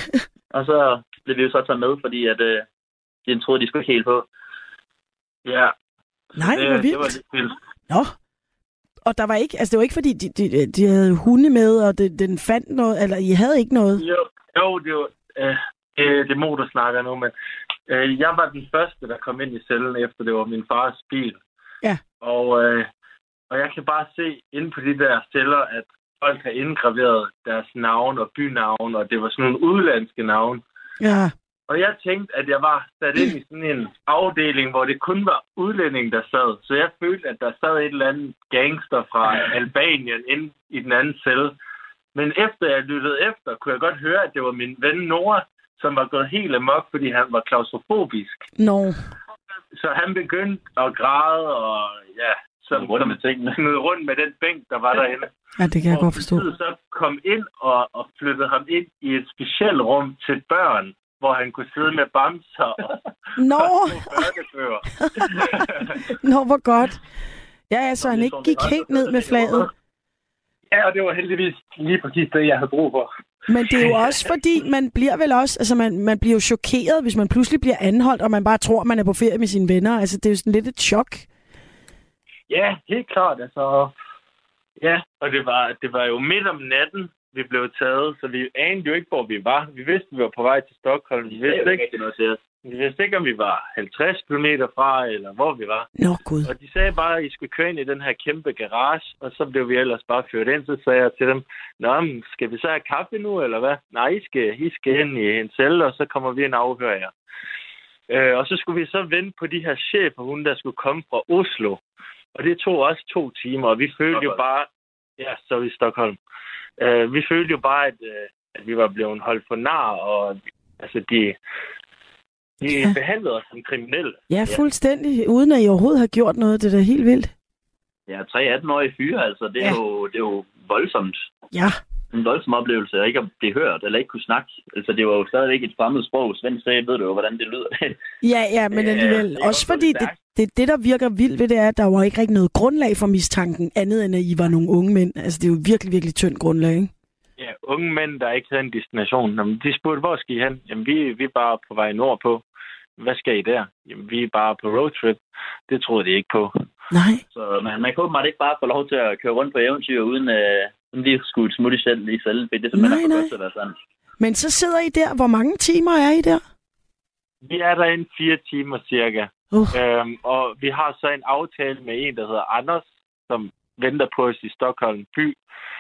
Og så blev vi jo så taget med, fordi at, øh, de troede, de skulle ikke helt på. Ja. Nej, det, det var vildt. Det var lidt vildt. Nå. Og der var ikke, altså det var ikke fordi, de, de, de havde hunde med, og det, den fandt noget, eller I havde ikke noget? Jo, jo det var, øh, det, det må du snakker nu, men øh, jeg var den første, der kom ind i cellen, efter det var min fars bil. Ja. Og, øh, og jeg kan bare se inde på de der celler, at folk har indgraveret deres navn og bynavn, og det var sådan nogle udlandske navn. Ja. Og jeg tænkte, at jeg var sat ind i sådan en afdeling, hvor det kun var udlændinge, der sad. Så jeg følte, at der sad et eller andet gangster fra Albanien inde i den anden celle. Men efter jeg lyttede efter, kunne jeg godt høre, at det var min ven Nora, som var gået helt amok, fordi han var klaustrofobisk. No. Så han begyndte at græde, og ja, som, rundt som med tingene. snød rundt med den bænk, der var derinde. Ja, det kan jeg og godt forstå. Og så kom ind og, og flyttede ham ind i et specielt rum til børn, hvor han kunne sidde med bamser og, Nå! og børnebøger. Nå, hvor godt. Ja, ja, så han ikke gik helt ned med flaget. Ja, og det var heldigvis lige præcis det, jeg havde brug for. Men det er jo også fordi, man bliver vel også, altså man, man bliver jo chokeret, hvis man pludselig bliver anholdt, og man bare tror, man er på ferie med sine venner. Altså det er jo sådan lidt et chok. Ja, helt klart. Altså, ja, og det var, det var jo midt om natten, vi blev taget, så vi anede jo ikke, hvor vi var. Vi vidste, vi var på vej til Stockholm. Vi vidste ikke, noget til os. vi vidste ikke om vi var halvtreds kilometer fra, eller hvor vi var. Nå, Gud. Og de sagde bare, at I skulle køre ind i den her kæmpe garage, og så blev vi ellers bare ført ind. Så sagde jeg til dem, nå, men skal vi så have kaffe nu, eller hvad? Nej, I skal, I skal ind i en celle, og så kommer vi ind og afhører jer. Øh, og så skulle vi så vente på de her chefer, hun der skulle komme fra Oslo. Og det tog også to timer, og vi følte jo bare... Ja, så i Stockholm. Uh, vi følte jo bare, at, uh, at vi var blevet holdt for nar, og altså, de, de Ja. behandlede os som kriminelle. Ja, fuldstændig. Uden at I overhovedet har gjort noget. Det er da helt vildt. Ja, tre atten-årige fyre, altså, det er, Ja. jo, det er jo voldsomt. Ja. En voldsom oplevelse, at ikke at blive hørt, eller ikke kunne snakke. Altså, det var jo stadigvæk et fremmed sprog. Svend sagde, ved du jo, hvordan det lyder. Ja, ja, men Ja, alligevel. det er Også godt fordi det, stærkt. det, det, der virker vildt ved det, er, at der var ikke rigtig noget grundlag for mistanken, andet end at I var nogle unge mænd. Altså, det er jo virkelig, virkelig tyndt grundlag, ikke? Ja, unge mænd, der ikke havde en destination. Jamen, de spurgte, hvor skal I hen? Jamen, vi, vi er bare på vej nordpå. Hvad skal I der? Jamen, vi er bare på roadtrip. Det troede de ikke på. Nej. Så man, man kan åbenbart ikke bare få lov til at køre rundt på eventyr, uden, øh, uden lige at skulle smutte selv i selv. Det er simpelthen Nej, for nej. godt til at være sådan. Men så sidder I der. Hvor mange timer er I der? Vi er derinde fire timer cirka. Uh. Øhm, og vi har så en aftale med en, der hedder Anders, som venter på os i Stockholm by.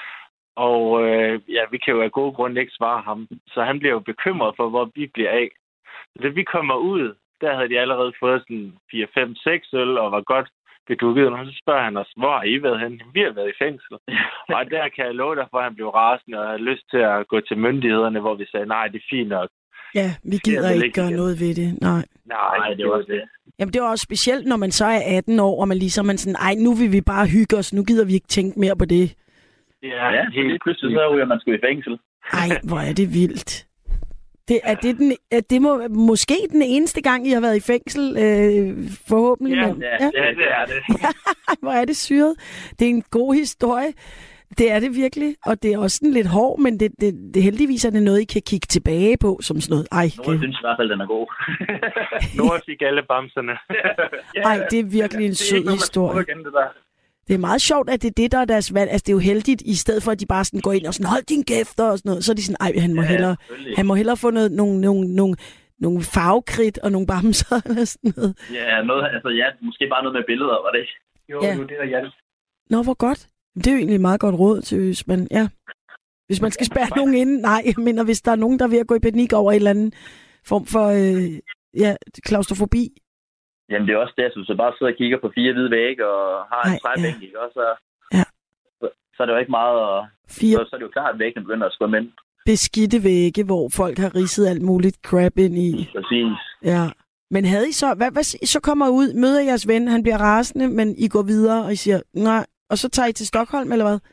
Og øh, ja, vi kan jo af gode grunde ikke svare ham. Så han bliver jo bekymret for, hvor vi bliver af. Så da vi kommer ud, der havde de allerede fået sådan fire, fem, seks øl og var godt bedukket. Og så spørger han os, hvor har I været henne? Vi har været i fængsel. Og der kan jeg love dig, for han blev rasende og havde lyst til at gå til myndighederne, hvor vi sagde, nej, det er fint nok. Ja, vi gider vel ikke ikke gøre igen. noget ved det. Nej. Nej, Nej, det var også det. Jamen, det var også specielt, når man så er atten år, og man ligesom er sådan, ej, nu vil vi bare hygge os, nu gider vi ikke tænke mere på det. Ja, Ja, så lige pludselig så ryger man sgu i fængsel. Ej, hvor er det vildt. Det, er det, den, er det må, måske den eneste gang, I har været i fængsel, øh, forhåbentlig. Ja, men, Ja, ja, det er det. Ej, hvor er det syret. Det er en god historie. Det er det virkelig, og det er også sådan lidt hård, men det, det, det heldigvis er det noget, I kan kigge tilbage på, som sådan noget. Ej, Nogle kan... synes i hvert fald, den er god. Nora fik alle bamserne. Ej, det er virkelig en sød historie. Igen, det der. Det er meget sjovt, at det er det, der er deres valg. Altså, det er jo heldigt, i stedet for, at de bare sådan går ind og sådan, hold din kæft og sådan noget. Så er de sådan, ej, han må, Ja, hellere, selvfølgelig. han må hellere få noget, nogle, nogle, nogle, nogle farvekridt og nogle bamser eller sådan noget. Ja, noget, altså ja, måske bare noget med billeder, var det ikke? Jo, Ja. jo, det er Jan. Nå, hvor godt. Det er jo egentlig et meget godt råd til, hvis man, ja. Hvis man skal spærre nogen inde. Nej, jeg mener, hvis der er nogen, der er ved at gå i panik over en eller anden form for øh, ja, klaustrofobi. Jamen det er også det, altså, så bare sidder og kigger på fire hvide vægge og har en Ej, træbænk, ikke? Og så, Ja. så, så er det jo ikke meget, og Fire så, så er det jo klart, at væggene begynder at skubbe ind. beskidte vægge, hvor folk har ridset alt muligt crap ind i. Præcis. Ja. Men havde I så, hvad, hvad, så kommer I ud, møder jeres ven, han bliver rasende, men I går videre, og I siger, nej, og så tager I til Stockholm, eller hvad?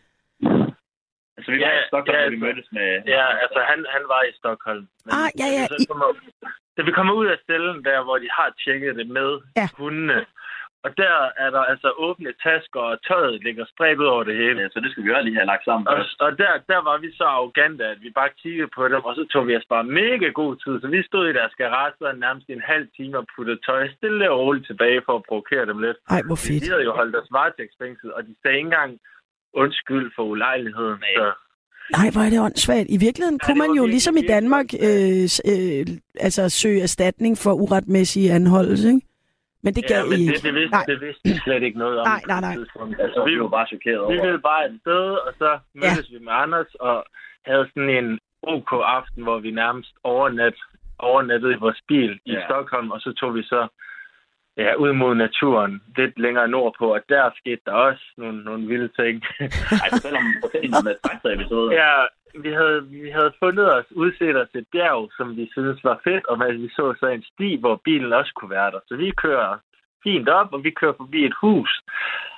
Altså vi var Ja, i Stockholm, ja, da vi mødtes med... Ja, altså han, han var i Stockholm. Men Ah, ja, ja, Da vi, så kommer, da vi kommer ud af cellen der, hvor de har tjekket det med Ja. hundene, og der er der altså åbne tasker, og tøjet ligger spredt ud over det hele. Ja, så det skal vi jo lige have lagt sammen. Og, og der, der var vi så arrogante, at vi bare kiggede på dem, og så tog vi os bare mega god tid. Så vi stod i deres garage nærmest en halv time og puttede tøj stille og roligt tilbage for at provokere dem lidt. Ej, hvor fedt. De havde jo holdt os varetægtsfængslet, og de sagde ikke engang undskyld for ulejligheden. Så Nej, hvor er det åndssvagt. I virkeligheden Ja, kunne det man var jo virkelig, ligesom i virkelig Danmark øh, s- øh, altså søge erstatning for uretmæssig anholdelse, ikke? Men det gad ja, men I det, ikke. det, vidste, Nej. det vidste vi slet ikke noget om. Nej, nej, nej. på det tidspunkt. Altså, vi var bare chokeret over. Vi ville bare et sted, og så mødtes ja. vi med Anders, og havde sådan en OK aften, hvor vi nærmest overnat, overnattede i vores bil i Ja. Stockholm, og så tog vi så ja, ud mod naturen, lidt længere nordpå, og der skete der også nogle, nogle vilde ting. Ej, fortæl om, fortæl om et traktorepisode. Ja, vi havde, vi havde fundet os, udset os et bjerg, som vi synes var fedt, og vi så så en sti, hvor bilen også kunne være der. Så vi kører fint op, og vi kører forbi et hus.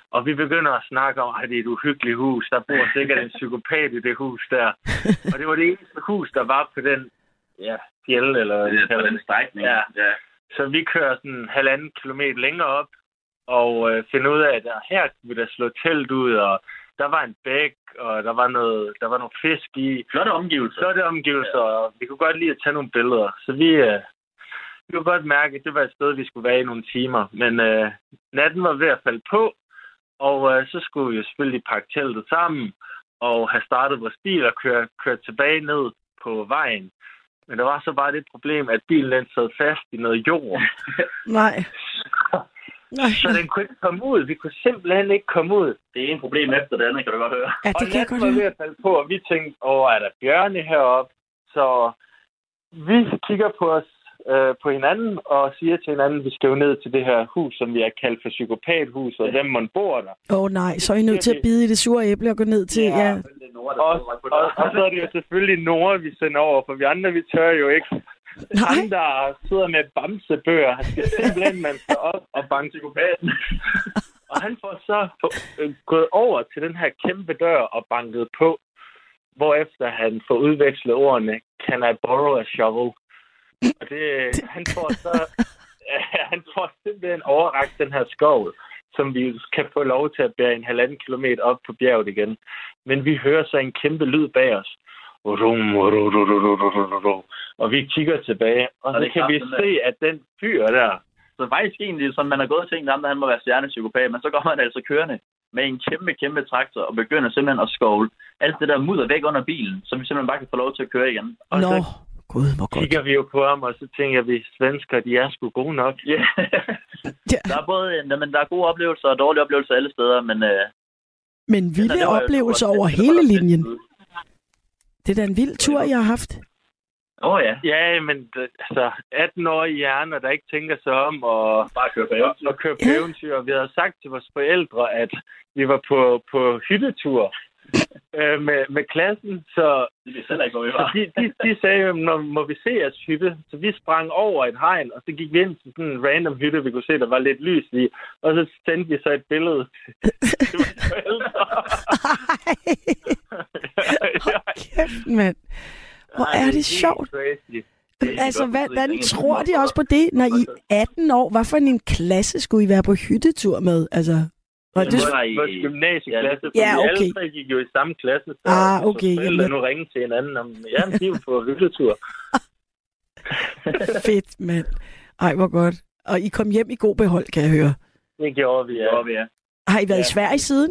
Og vi begynder at snakke om, at det er et uhyggeligt hus. Der bor sikkert en psykopat i det hus der. Og det var det eneste hus, der var på den ja, fjeld, eller det er på den strækning. Ja. Ja. Så vi kører sådan en halvanden kilometer længere op, og øh, finder ud af, at der, her kunne vi da slå telt ud, og der var en bæk, og der var noget, der var nogle fisk i. Flotte omgivelser. Flotte omgivelser, ja. Og vi kunne godt lide at tage nogle billeder. Så vi, øh, vi kunne godt mærke, at det var et sted, vi skulle være i nogle timer. Men øh, natten var ved at falde på, og øh, så skulle vi jo selvfølgelig pakke teltet sammen, og have startet vores bil og køre, køre tilbage ned på vejen. Men der var så bare det problem, at bilen den sad fast i noget jord. Nej. Nej. Så den kunne ikke komme ud. Vi kunne simpelthen ikke komme ud. Det er en problem efter det andet, kan du godt høre. Ja, det og kan jeg godt var høre. ved at falde på, og vi tænkte, åh, er der bjørne heroppe? Så vi kigger på os øh, på hinanden og siger til hinanden, at vi skal jo ned til det her hus, som vi har kaldt for psykopathus, og hvem man bor der. Åh oh, nej, så er I nødt til at bide i det sure æble og gå ned til... Ja. Ja. Og, og, og så er det jo selvfølgelig Nora, vi sender over, for vi andre, vi tør jo ikke. Nej. Han, der sidder med bamsebøger, han skal simpelthen man sig op og banke psykopaten. Og han får så øh, gået over til den her kæmpe dør og banket på, hvorefter han får udvekslet ordene, can I borrow a shovel? Og det, han får så, øh, han får simpelthen overrakt den her skov, som vi kan få lov til at bære en halvanden kilometer op på bjerget igen. Men vi hører så en kæmpe lyd bag os. Og vi kigger tilbage, og, og så kan vi se, at den fyr der... Så faktisk egentlig, som man har gået og tænkt, at han må være stjernepsykopat, men så går man altså kørende med en kæmpe, kæmpe traktor og begynder simpelthen at skovle alt det der mudder væk under bilen, så vi simpelthen bare kan få lov til at køre igen. Og Nå, så Gud, hvor godt. kigger vi jo på ham, og så tænker vi, svensker, de er sgu gode nok. Yeah. Ja. Der er både men der er gode oplevelser og dårlige oplevelser alle steder, men... Øh, Men vilde ja, oplevelser over det hele det linjen. Det er da en vild tur, jeg har haft. Åh oh, ja. Ja, men altså, atten år i hjernen, der ikke tænker sig om og bare køre på eventyr. Og køre på eventyr. Og vi havde sagt til vores forældre, at vi var på, på hyttetur øh, med, med klassen. Så, det selv ikke, hvor vi var. så de, de, de sagde jo, når må vi se jeres hytte? Så vi sprang over et hegn, og så gik vi ind til sådan en random hytte, vi kunne se, der var lidt lys i. Og så sendte vi så et billede til vores forældre. Hold kæft, mand. Hvor Ej, er det sjovt. Crazy. Altså, hvordan tror de også på det, når I er atten år? Hvad for en klasse skulle I være på hyttetur med? Altså, var det... Vores gymnasieklasse, for ja, okay. vi alle tre gik jo i samme klasse, så, ah, okay. så forældre nu ringe til hinanden om, ja, vi er på hyttetur. Fedt, mand. Ej, hvor godt. Og I kom hjem i god behold, kan jeg høre. Det gjorde vi, ja. Det gjorde vi, ja. Har I været ja. i Sverige siden?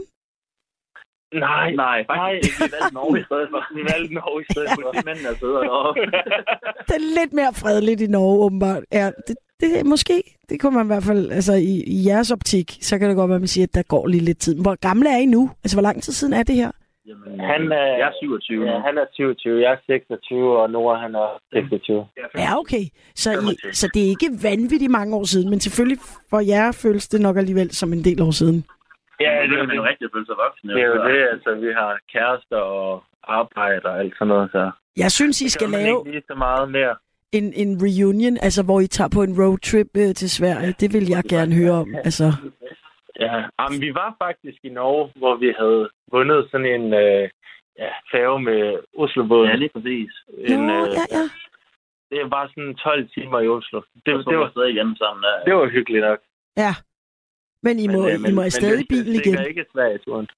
Nej, nej, faktisk ikke. Vi valgte Norge i stedet for. Vi valgte Norge i stedet for. Politimændene er søde deroppe. Det er lidt mere fredeligt i Norge, åbenbart. Ja, det, det måske. Det kunne man i hvert fald, altså i, i jeres optik, så kan det godt være, at man siger, at der går lige lidt tid. Hvor gamle er I nu? Altså, hvor lang tid siden er det her? Jamen, han er, jeg er syvogtyve. Ja, han er syvogtyve, jeg er seksogtyve, og Nora, han er seksogtyve. Ja, okay. Så, I, så det er ikke vanvittigt mange år siden, men selvfølgelig for jer føles det nok alligevel som en del år siden. Ja, det er jo en rigtig følelse af voksne. Det er jo det, altså vi har kærester og arbejde og alt sådan noget, så... Jeg synes, I skal lave ikke lige så meget mere. En, en reunion, altså hvor I tager på en roadtrip øh, til Sverige. Det vil jeg gerne høre om, altså... Ja, men vi var faktisk i Norge, hvor vi havde vundet sådan en øh, ja, færge med Oslobåden. Ja, lige præcis. En, Nå, øh, ja, ja. Det var sådan tolv timer i Oslo. Det, det, det var stadig igen sammen. Ja. Det var hyggeligt nok. Ja. Men I må, men, I må men, afsted i bilen igen. Men det er ikke Sverige-turen.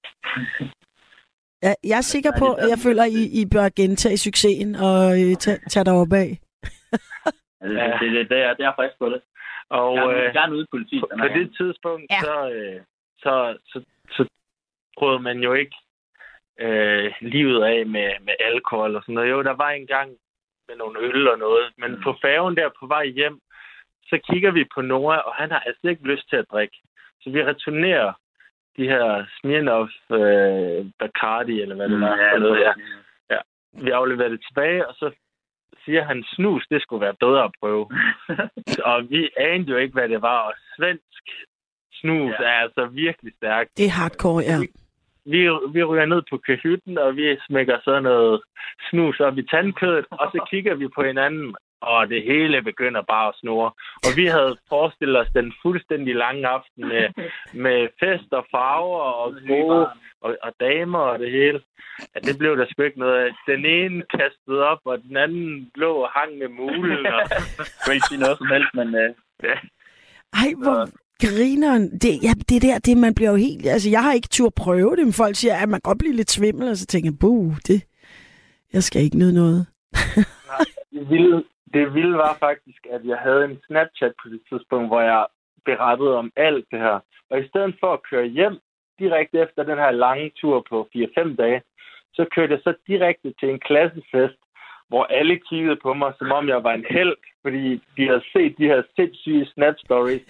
Ja, jeg er sikker på, at jeg føler, at I, I bør gentage succesen og øh, tage, tage derop af. ja, det, det, det, det, er, det er frisk på det. Og gerne, øh, gerne ude i politiet. På, på det tidspunkt, ja. så, øh, så, så, så prøvede man jo ikke øh, livet af med, med alkohol og sådan noget. Jo, der var engang med nogle øl og noget, men mm. på færgen der på vej hjem, så kigger vi på Nora, og han har altså ikke lyst til at drikke. Så vi returnerer de her Smirnoff øh, Bacardi, eller hvad det var. Ja, noget, ja. Ja. Vi afleverer det tilbage, og så siger han, snus, det skulle være bedre at prøve. Og vi anede jo ikke, hvad det var. Og svensk snus ja. er altså virkelig stærkt. Det er hardcore, ja. Vi, vi, vi ryger ned på kahytten, og vi smækker så noget snus op i tandkødet, og så kigger vi på hinanden. og det hele begynder bare at snurre. Og vi havde forestillet os den fuldstændig lange aften med, med fest og farver og gode og, og damer og det hele. Ja, det blev der sgu ikke noget af. Den ene kastede op, og den anden lå og hang med mulen. Og... Jeg kan ikke sige noget som helst, men... Uh... Ja. Ej, hvor grineren. Det, ja, det der, det man bliver jo helt... Altså, jeg har ikke tur prøve det, men folk siger, at man kan godt blive lidt svimmel, og så tænker jeg, buh, det... Jeg skal ikke nyde noget. Nej, det, vilde, det vilde var faktisk, at jeg havde en Snapchat på det tidspunkt, hvor jeg berettede om alt det her. Og i stedet for at køre hjem direkte efter den her lange tur på fire fem dage, så kørte jeg så direkte til en klassefest, hvor alle kiggede på mig, som om jeg var en helt, fordi de havde set de her sindssyge Snap-stories.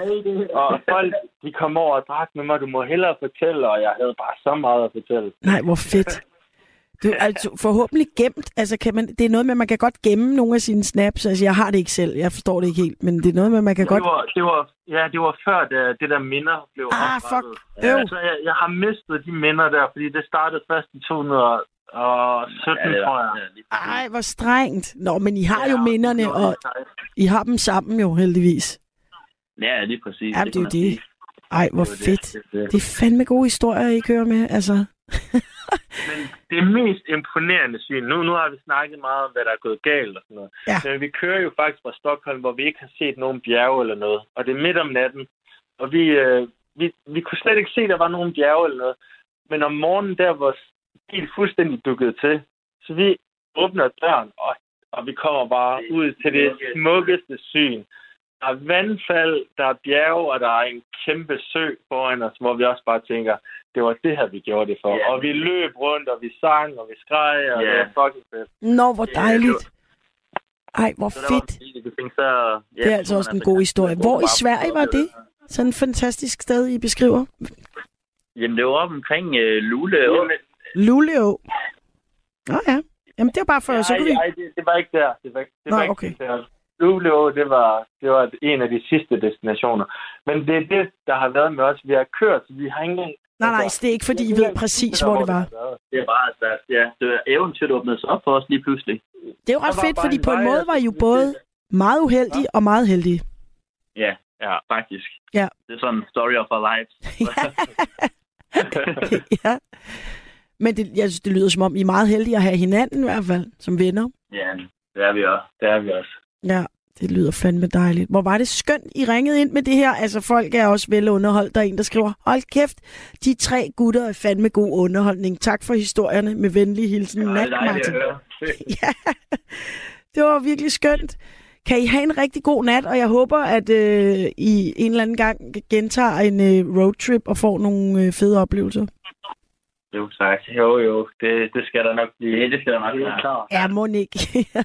Og folk, de kom over og drak med mig, du må hellere fortælle, og jeg havde bare så meget at fortælle. Nej, hvor fedt. Du er altså forhåbentlig gemt. Altså, kan man, det er noget med, at man kan godt gemme nogle af sine snaps. Altså, jeg har det ikke selv. Jeg forstår det ikke helt. Men det er noget med, at man kan det godt... Var, det var, ja, det var før det, det der minder blev ah, oprettet. Fuck. Ja, så jeg, jeg har mistet de minder der, fordi det startede først i to tusind og sytten, ja, tror jeg. Ej, hvor strengt. Nå, men I har ja, jo minderne, og I har dem sammen jo, heldigvis. Ja, lige præcis. Ja, det er jo det. Ej, hvor det fedt. Det, det. det er fandme gode historier, I kører med, altså. Men det mest imponerende syn, nu, nu har vi snakket meget om, hvad der er gået galt og sådan noget. Ja. Men vi kører jo faktisk fra Stockholm, hvor vi ikke har set nogen bjerge eller noget. Og det er midt om natten. Og vi, øh, vi, vi kunne slet ikke se, at der var nogen bjerge eller noget. Men om morgenen, der var helt fuldstændig dukket til. Så vi åbner døren, og, og vi kommer bare ud til det smukkeste syn. Der er vandfald, der er bjerge, og der er en kæmpe sø foran os, hvor vi også bare tænker, det var det her, vi gjorde det for. Yeah. Og vi løb rundt, og vi sang, og vi skreg, og yeah. det var fucking fedt. Nå, hvor dejligt. Ej, hvor så fedt. Var, det, så, ja, det er altså også en god historie. Hvor i Sverige var det? Sådan et fantastisk sted, I beskriver? Jamen, det var op omkring uh, Luleå. Luleå? Nå ja. Jamen, det var bare for, ja, så kunne vi... Nej, det, det var ikke der. Det var, det Nå, var ikke okay. der. Luleå, det var, det var en af de sidste destinationer. Men det er det, der har været med os. Vi har kørt, så vi har ingen... Nej, nej, det er ikke, fordi I ved præcis, hvor det var. Det er bare svært, ja. Det var eventyret, der åbnede sig op for os lige pludselig. Det er jo ret fedt, fordi på en måde var I jo både meget uheldige og meget heldige. Ja, ja, faktisk. Ja. Det er sådan en story of our lives. Ja. Men det, jeg synes, det lyder som om, I er meget heldige at have hinanden i hvert fald, som venner. Ja, det er vi også. Det er vi også. Ja, det lyder fandme dejligt. Hvor var det skønt, I ringede ind med det her. Altså, folk er også vel underholdt. Der er en, der skriver, hold kæft, de tre gutter er fandme god underholdning. Tak for historierne. Med venlig hilsen, ja, Nat Martin. Ja, det var virkelig skønt. Kan I have en rigtig god nat, og jeg håber, at øh, I en eller anden gang gentager en øh, roadtrip og får nogle øh, fede oplevelser. Jo, tak. Jo, jo. Det, det skal der nok blive. Ja, det skal der nok blive. Ja, må ikke.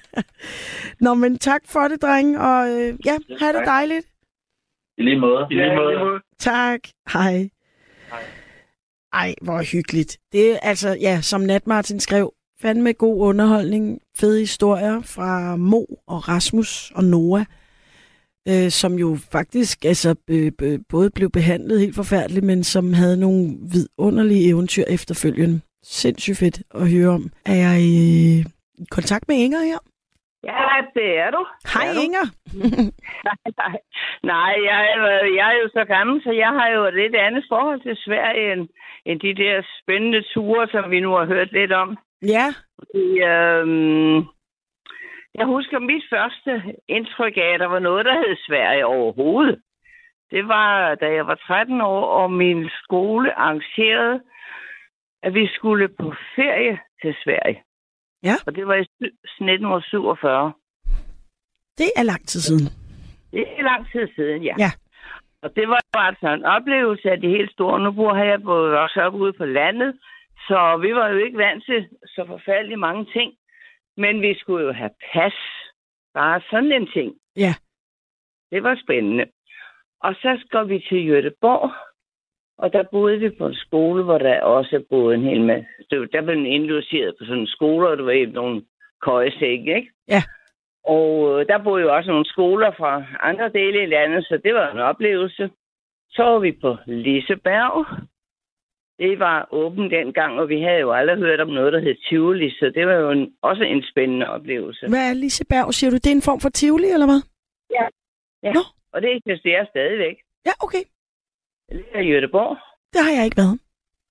Nå, men tak for det, drenge, og øh, ja, have det dejligt. I lige måde. I lige måde. Tak. Hej. Hej. Ej, hvor hyggeligt. Det er altså, ja, som Nat Martin skrev, fandme god underholdning, fede historier fra Mo og Rasmus og Noah, øh, som jo faktisk altså, øh, øh, både blev behandlet helt forfærdeligt, men som havde nogle vidunderlige eventyr efterfølgende. Sindssygt fedt at høre om. Er jeg i, i kontakt med Inger her? Ja, det er du. Hej er Inger. nej, nej. nej jeg, er, jeg er jo så gammel, så jeg har jo et lidt andet forhold til Sverige end, end de der spændende ture, som vi nu har hørt lidt om. Ja. Fordi, øhm, jeg husker mit første indtryk af, at der var noget, der hed Sverige overhovedet. Det var, da jeg var tretten år, og min skole arrangerede, at vi skulle på ferie til Sverige. Ja. Og det var i nitten syvogfyrre. Det er lang tid siden. Det er lang tid siden, ja. Ja. Og det var bare sådan en oplevelse af det helt store. Nu bor jeg både også op ude på landet, så vi var jo ikke vant til så forfærdeligt mange ting. Men vi skulle jo have pas. Bare sådan en ting. Ja. Det var spændende. Og så går vi til Göteborg. Og der boede vi på en skole, hvor der også boede en hel masse. Der blev indlogeret på sådan en skole, og det var nogle køjesække, ikke? Ja. Og der boede jo også nogle skoler fra andre dele af landet, så det var en oplevelse. Så var vi på Liseberg. det var åbent dengang, og vi havde jo aldrig hørt om noget, der hed Tivoli, så det var jo en, også en spændende oplevelse. Hvad er Liseberg, siger du? Det er en form for Tivoli, eller hvad? Ja, ja. Nå. Og det eksisterer stadigvæk. Ja, okay. Det er i Göteborg. Det har jeg ikke været.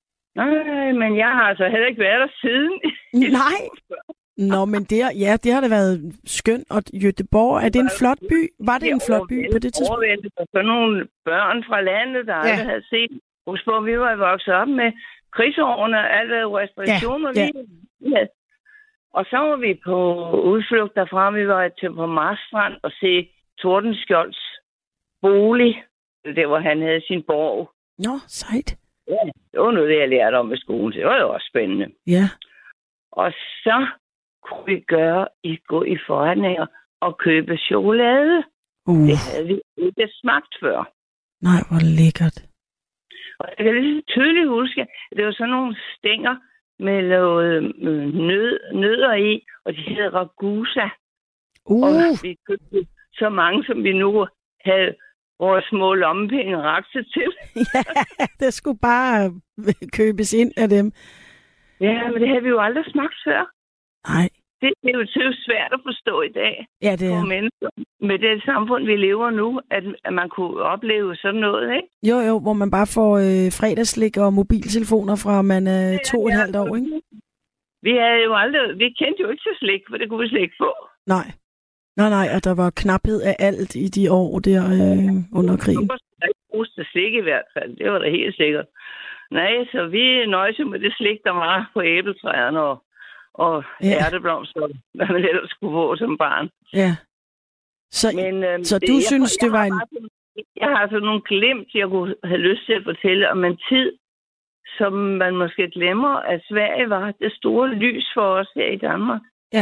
Nej, men jeg har altså heller ikke været der siden. Nej. Nå, men det, ja, det har da været skønt. Og Göteborg, er det en flot by? Var det en flot by på det tidspunkt? Overvældet for sådan nogle børn fra landet, der ja. aldrig havde set. Husk på, vi var vokset op med krigsårene og alle restriktioner. Ja, ja. Og så var vi på udflugt derfra. Vi var til på Marstrand og se Tordenskjolds bolig. Det hvor han havde sin borg. Nå, sejt. Ja, det var noget, jeg lærte om i skolen. Det var jo også spændende. Ja. Og så kunne vi gøre i gå i forretninger og købe chokolade. Uh. Det havde vi ikke smagt før. Nej, hvor lækkert. Og jeg kan lige tydeligt huske, at det var sådan nogle stænger med noget nød, nødder i, og de hed Ragusa. Uh. Og vi købte så mange, som vi nu havde vores små lommepenge rakse til. Ja, det skulle bare købes ind af dem. Ja, men det havde vi jo aldrig smagt før. Nej. Det, det er jo det er jo svært at forstå i dag. Ja, det er. Mennesker, med det samfund, vi lever nu, at, at man kunne opleve sådan noget, ikke? Jo, jo, hvor man bare får øh, fredagslik og mobiltelefoner fra man er øh, to og et halvt år, ikke? Vi havde jo aldrig, vi kendte jo ikke til slik, for det kunne vi slet ikke få. Nej. Nej, nej, og der var knaphed af alt i de år der øh, under krigen. Det var ikke bruges til slik i hvert fald, det var da helt sikkert. Nej, så vi nøjes med det slik, der var på æbletræerne og, og ja. ærteblomster, hvad man ellers skulle få som barn. Ja. Så, Men, øhm, så det, du jeg, synes, jeg, det var en... Jeg har sådan nogle glimt, jeg kunne have lyst til at fortælle om en tid, som man måske glemmer, at Sverige var det store lys for os her i Danmark. Ja.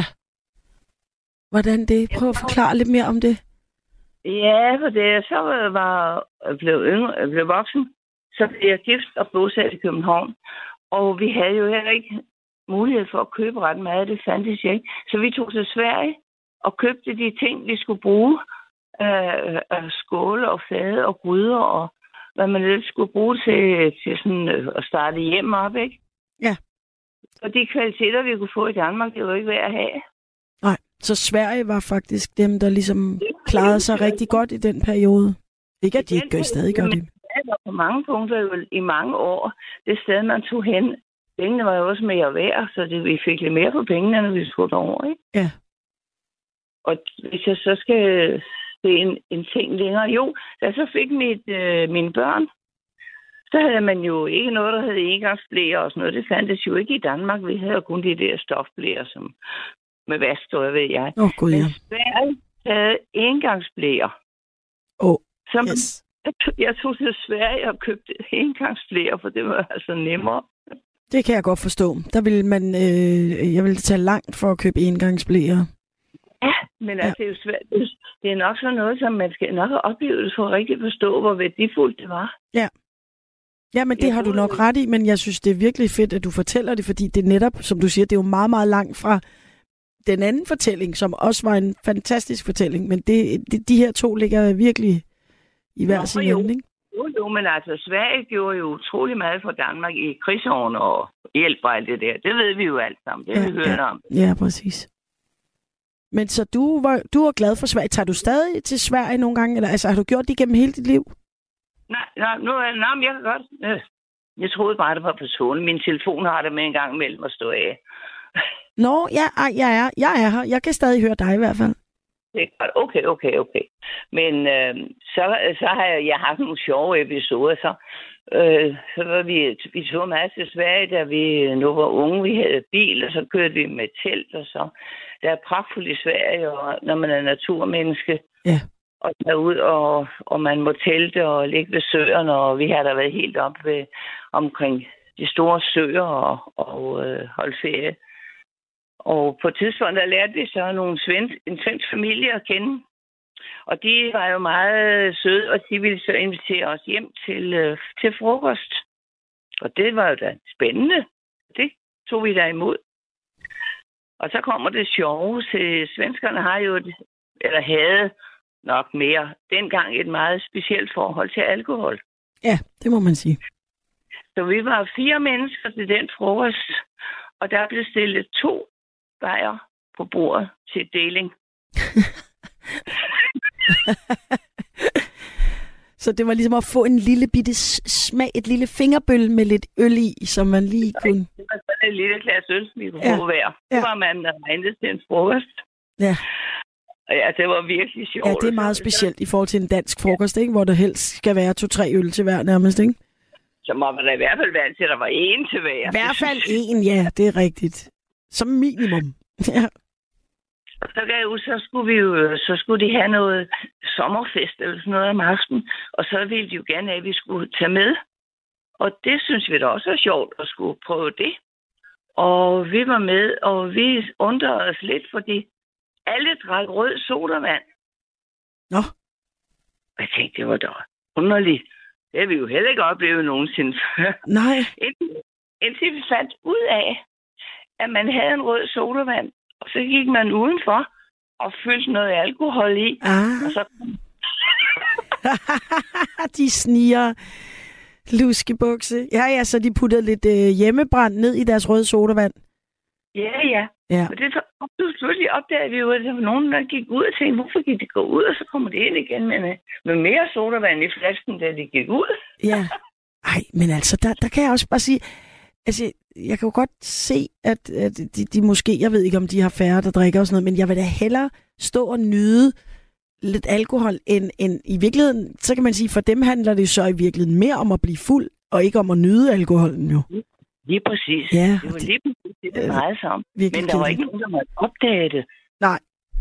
Hvordan det? Prøv at forklare lidt mere om det. Ja, for det jeg så var blev yngre, blev voksen, så blev jeg gift og bosat i København. Og vi havde jo heller ikke mulighed for at købe ret meget, det fandtes ikke. Så vi tog til Sverige og købte de ting, vi skulle bruge. Øh, skåle og fade og gryder og hvad man ellers skulle bruge til, til sådan, øh, at starte hjem op, ikke? Ja. Og de kvaliteter, vi kunne få i Danmark, det var ikke værd at have. Nej, så Sverige var faktisk dem, der ligesom klarede sig rigtig godt i den periode. Ikke at de ikke gør stadig gør det. Det var på mange punkter jo i mange år. Det sted, man tog hen, pengene var jo også mere værd, så det, vi fik lidt mere for pengene, når vi skulle derover, ikke? Ja. Og hvis jeg så skal se en, en ting længere, jo, da jeg så fik mit, øh, mine børn, så havde man jo ikke noget, der hed engangsblæer og sådan noget. Det fandtes jo ikke i Danmark. Vi havde kun de der stofblæer, som med vasketøj, ved jeg. Åh, oh, gud, ja. Men Sverige havde engangsblæer. Åh, oh, yes. Jeg tog, jeg tog til Sverige og købte engangsblæer, for det var altså nemmere. Det kan jeg godt forstå. Der ville man, øh, jeg ville tage langt for at købe engangsblæer. Ja, men altså, ja. Det er jo svært. Det er nok sådan noget, som man skal nok have oplevet for at rigtig forstå, hvor værdifuldt det var. Ja. Ja, men det jeg har du nok ret i, men jeg synes, det er virkelig fedt, at du fortæller det, fordi det er netop, som du siger, det er jo meget, meget langt fra den anden fortælling, som også var en fantastisk fortælling, men det, det, de her to ligger virkelig i hver sin ende, ikke? Jo, jo, men altså, Sverige gjorde jo utrolig meget for Danmark i krigsårene og hjælp og alt det der. Det ved vi jo alt sammen. Det har ja, vi hørt ja. om. Ja, præcis. Men så du var, du var glad for Sverige. Tager du stadig til Sverige nogle gange? Eller altså, har du gjort det gennem hele dit liv? Nej, nej, nu, nej men jeg kan godt. Jeg troede bare, det var på tålen. Min telefon har det med en gang imellem at stå af. Nå, ja, jeg er, jeg er her. Jeg kan stadig høre dig i hvert fald. Det er godt. Okay, okay, okay. Men øh, så, så har jeg, jeg haft nogle sjove episoder. Så, øh, så var vi, vi tog meget til Sverige, da vi nu var unge. Vi havde bil, og så kørte vi med telt og så. Der er pragtfuldt i Sverige, og når man er naturmenneske. Ja. Og tage ud, og, og man må telte og ligge ved søerne, og vi har da været helt op ved, omkring de store søer og, og øh, holde ferie. Og på et tidspunkt, der lærte vi så nogle svensk, en svensk familie at kende. Og de var jo meget søde, og de ville så invitere os hjem til, øh, til frokost. Og det var jo da spændende. Det tog vi da imod. Og så kommer det sjove til, svenskerne har jo, et, eller havde nok mere, dengang et meget specielt forhold til alkohol. Ja, det må man sige. Så vi var fire mennesker til den frokost, og der blev stillet to bajer på bordet til deling. Så det var ligesom at få en lille bitte smag, et lille fingerbøl med lidt øl i, som man lige kunne... Det var sådan et lille glas øl, vi kunne ja. få hver. Ja. Det var man, der regnede til en frokost. Ja. Ja, det var virkelig sjovt. Ja, det er meget specielt i forhold til en dansk frokost, ikke? Hvor der helst skal være to-tre øl til hver nærmest, ikke? Så må man da i hvert fald være til, at der var én til hver. I hvert fald én, ja, det er rigtigt. Som minimum. Ja. Og så, jeg, så, skulle vi jo, så skulle de have noget sommerfest eller sådan noget om aftenen, og så ville de jo gerne have, at vi skulle tage med. Og det synes vi da også er sjovt at skulle prøve det. Og vi var med, og vi undrede os lidt, fordi alle drak rød sodavand. Nå. Og jeg tænkte, det var da underligt. Det har vi jo heller ikke oplevet nogensinde før. Nej. Indtil, indtil vi fandt ud af, at man havde en rød sodavand, og så gik man udenfor og fyldte noget alkohol i. Ah. Og så... De sniger luskebukse. Ja, ja, så de puttede lidt øh, hjemmebrand ned i deres røde sodavand. Ja, ja. Ja. Og det pludselig opdagede vi jo, at der var nogen, der gik ud og tænkte, hvorfor gik de gå ud, og så kommer de ind igen med, med mere sodavand i flasken, da de gik ud. Ja. Ej, men altså, der, der kan jeg også bare sige, altså, jeg kan jo godt se, at, at de, de måske, jeg ved ikke, om de har færre, der drikker og sådan noget, men jeg vil da hellere stå og nyde lidt alkohol, end, end i virkeligheden, så kan man sige, for dem handler det så i virkeligheden mere om at blive fuld, og ikke om at nyde alkoholen jo. Lige præcis. Ja, det var lige præcis det, det meget sammen. Men der kedeligt. var ikke nogen, der måtte opdage det. Nej.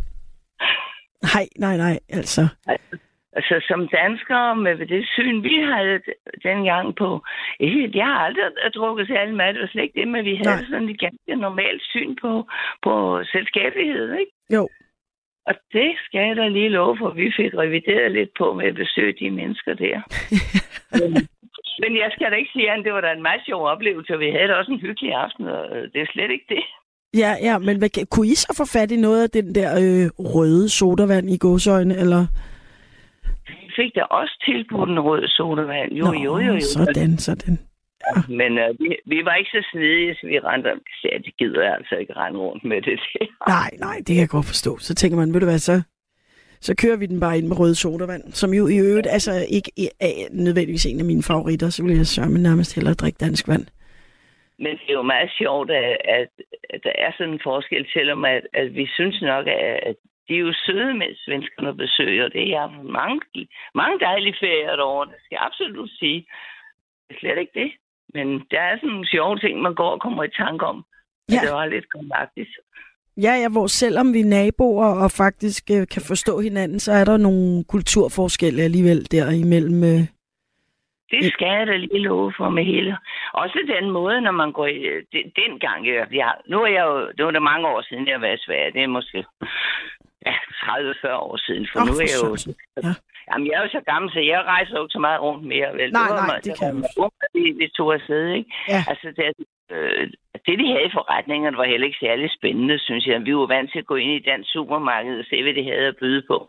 Nej, nej, nej, altså. Altså, som danskere med det syn, vi havde dengang på... Jeg har aldrig drukket særlig meget, det var slet ikke det, men vi havde nej. Sådan et ganske normalt syn på, på selskabelighed, ikke? Jo. Og det skal jeg da lige love for, vi fik revideret lidt på med at besøge de mennesker der. Men jeg skal da ikke sige, at det var da en meget sjov oplevelse, og vi havde da også en hyggelig aften, og det er slet ikke det. Ja, ja, men hvad, kunne I så få fat i noget af den der øh, røde sodavand i gåseøjne, eller... Vi fik da også tilbudt en rød sodavand. Jo, Nå, jo, jo, jo. sådan, sådan. Ja. Men øh, vi, vi var ikke så snedige, så vi rendte og sagde, at det gider jeg altså ikke rende rundt med det der. Nej, nej, det kan jeg godt forstå. Så tænker man, ved du hvad, så, så kører vi den bare ind med rød sodavand, som jo i øvrigt altså ikke er nødvendigvis en af mine favoritter, så vil jeg sørge nærmest hellere drikke dansk vand. Men det er jo meget sjovt, at, at, at der er sådan en forskel, selvom at, at vi synes nok, at, at de er jo søde, mens svenskerne besøger. Det er mange, mange dejlige ferier derovre, det skal jeg absolut sige. Det er slet ikke det. Men der er sådan nogle sjove ting, man går og kommer i tanke om. Ja. Det var lidt kontaktigt. Ja, ja, hvor selvom vi er naboer og faktisk øh, kan forstå hinanden, så er der nogle kulturforskelle alligevel der imellem. Øh... Det skal jeg da lige love for med hele. Også den måde, når man går i... Den, dengang, jeg, jeg, nu er jeg jo... Det var da mange år siden, jeg var i Sverige. Det er måske ja, tredive til fyrre år siden. For oh, nu er jeg jo... Ja. Jamen, jeg er jo så gammel, så jeg rejser jo ikke så meget rundt mere. Vel? Nej, det var, nej, det kan jeg jo. Vi, vi tog afsted, ikke? Ja. Altså, det, øh, det, de havde i forretningerne, var heller ikke særlig spændende, synes jeg. Vi var vant til at gå ind i dansk supermarked og se, hvad de havde at byde på.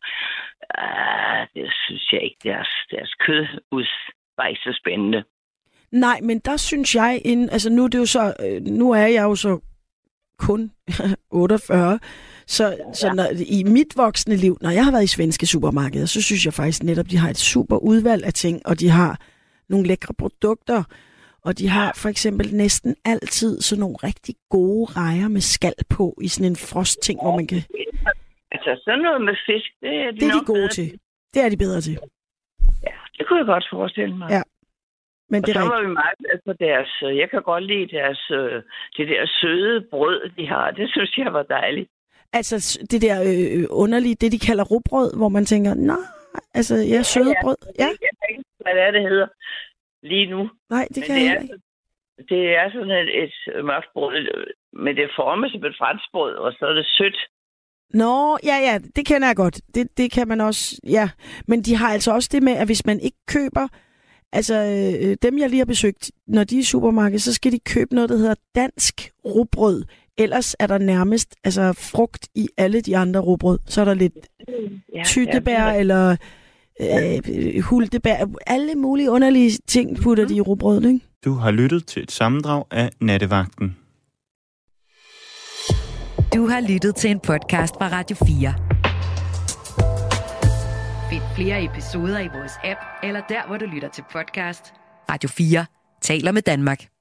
Uh, det synes jeg ikke. Deres, deres kød var ikke så spændende. Nej, men der synes jeg, inden, altså nu er det jo så, nu er jeg jo så kun otteogfyrre, så, ja. så når, i mit voksne liv, når jeg har været i svenske supermarkeder, så synes jeg faktisk netop, de har et super udvalg af ting, og de har nogle lækre produkter, og de har for eksempel næsten altid sådan nogle rigtig gode rejer med skal på, i sådan en frostting, hvor man kan... Altså sådan noget med fisk, det er de, det er nok de gode bedre til. Det er de bedre til. Ja, det kunne jeg godt forestille mig. Ja. Men og det så er var vi meget glade på deres... Jeg kan godt lide deres... Det der søde brød, de har. Det synes jeg var dejligt. Altså det der øh, underlige, det de kalder rugbrød, hvor man tænker, nej, altså ja, søde ja, brød. Ja. Jeg ved ikke, hvad det er, det hedder lige nu. Nej, det men kan det jeg er, ikke. Det er sådan et, et mørkt brød, men det er formet som et franskbrød, og så er det sødt. Nå, ja, ja, det kender jeg godt. Det, det kan man også, ja. Men de har altså også det med, at hvis man ikke køber, altså øh, dem jeg lige har besøgt, når de er i supermarkedet, så skal de købe noget, der hedder dansk rugbrød. Ellers er der nærmest altså frugt i alle de andre rugbrød. Så er der lidt ja, tyttebær ja, eller øh, hultebær. Alle mulige underlige ting putter de i rugbrødet, ikke? Du har lyttet til et sammendrag af Nattevagten. Du har lyttet til en podcast fra Radio fire. Find flere episoder i vores app, eller der, hvor du lytter til podcast. Radio fire taler med Danmark.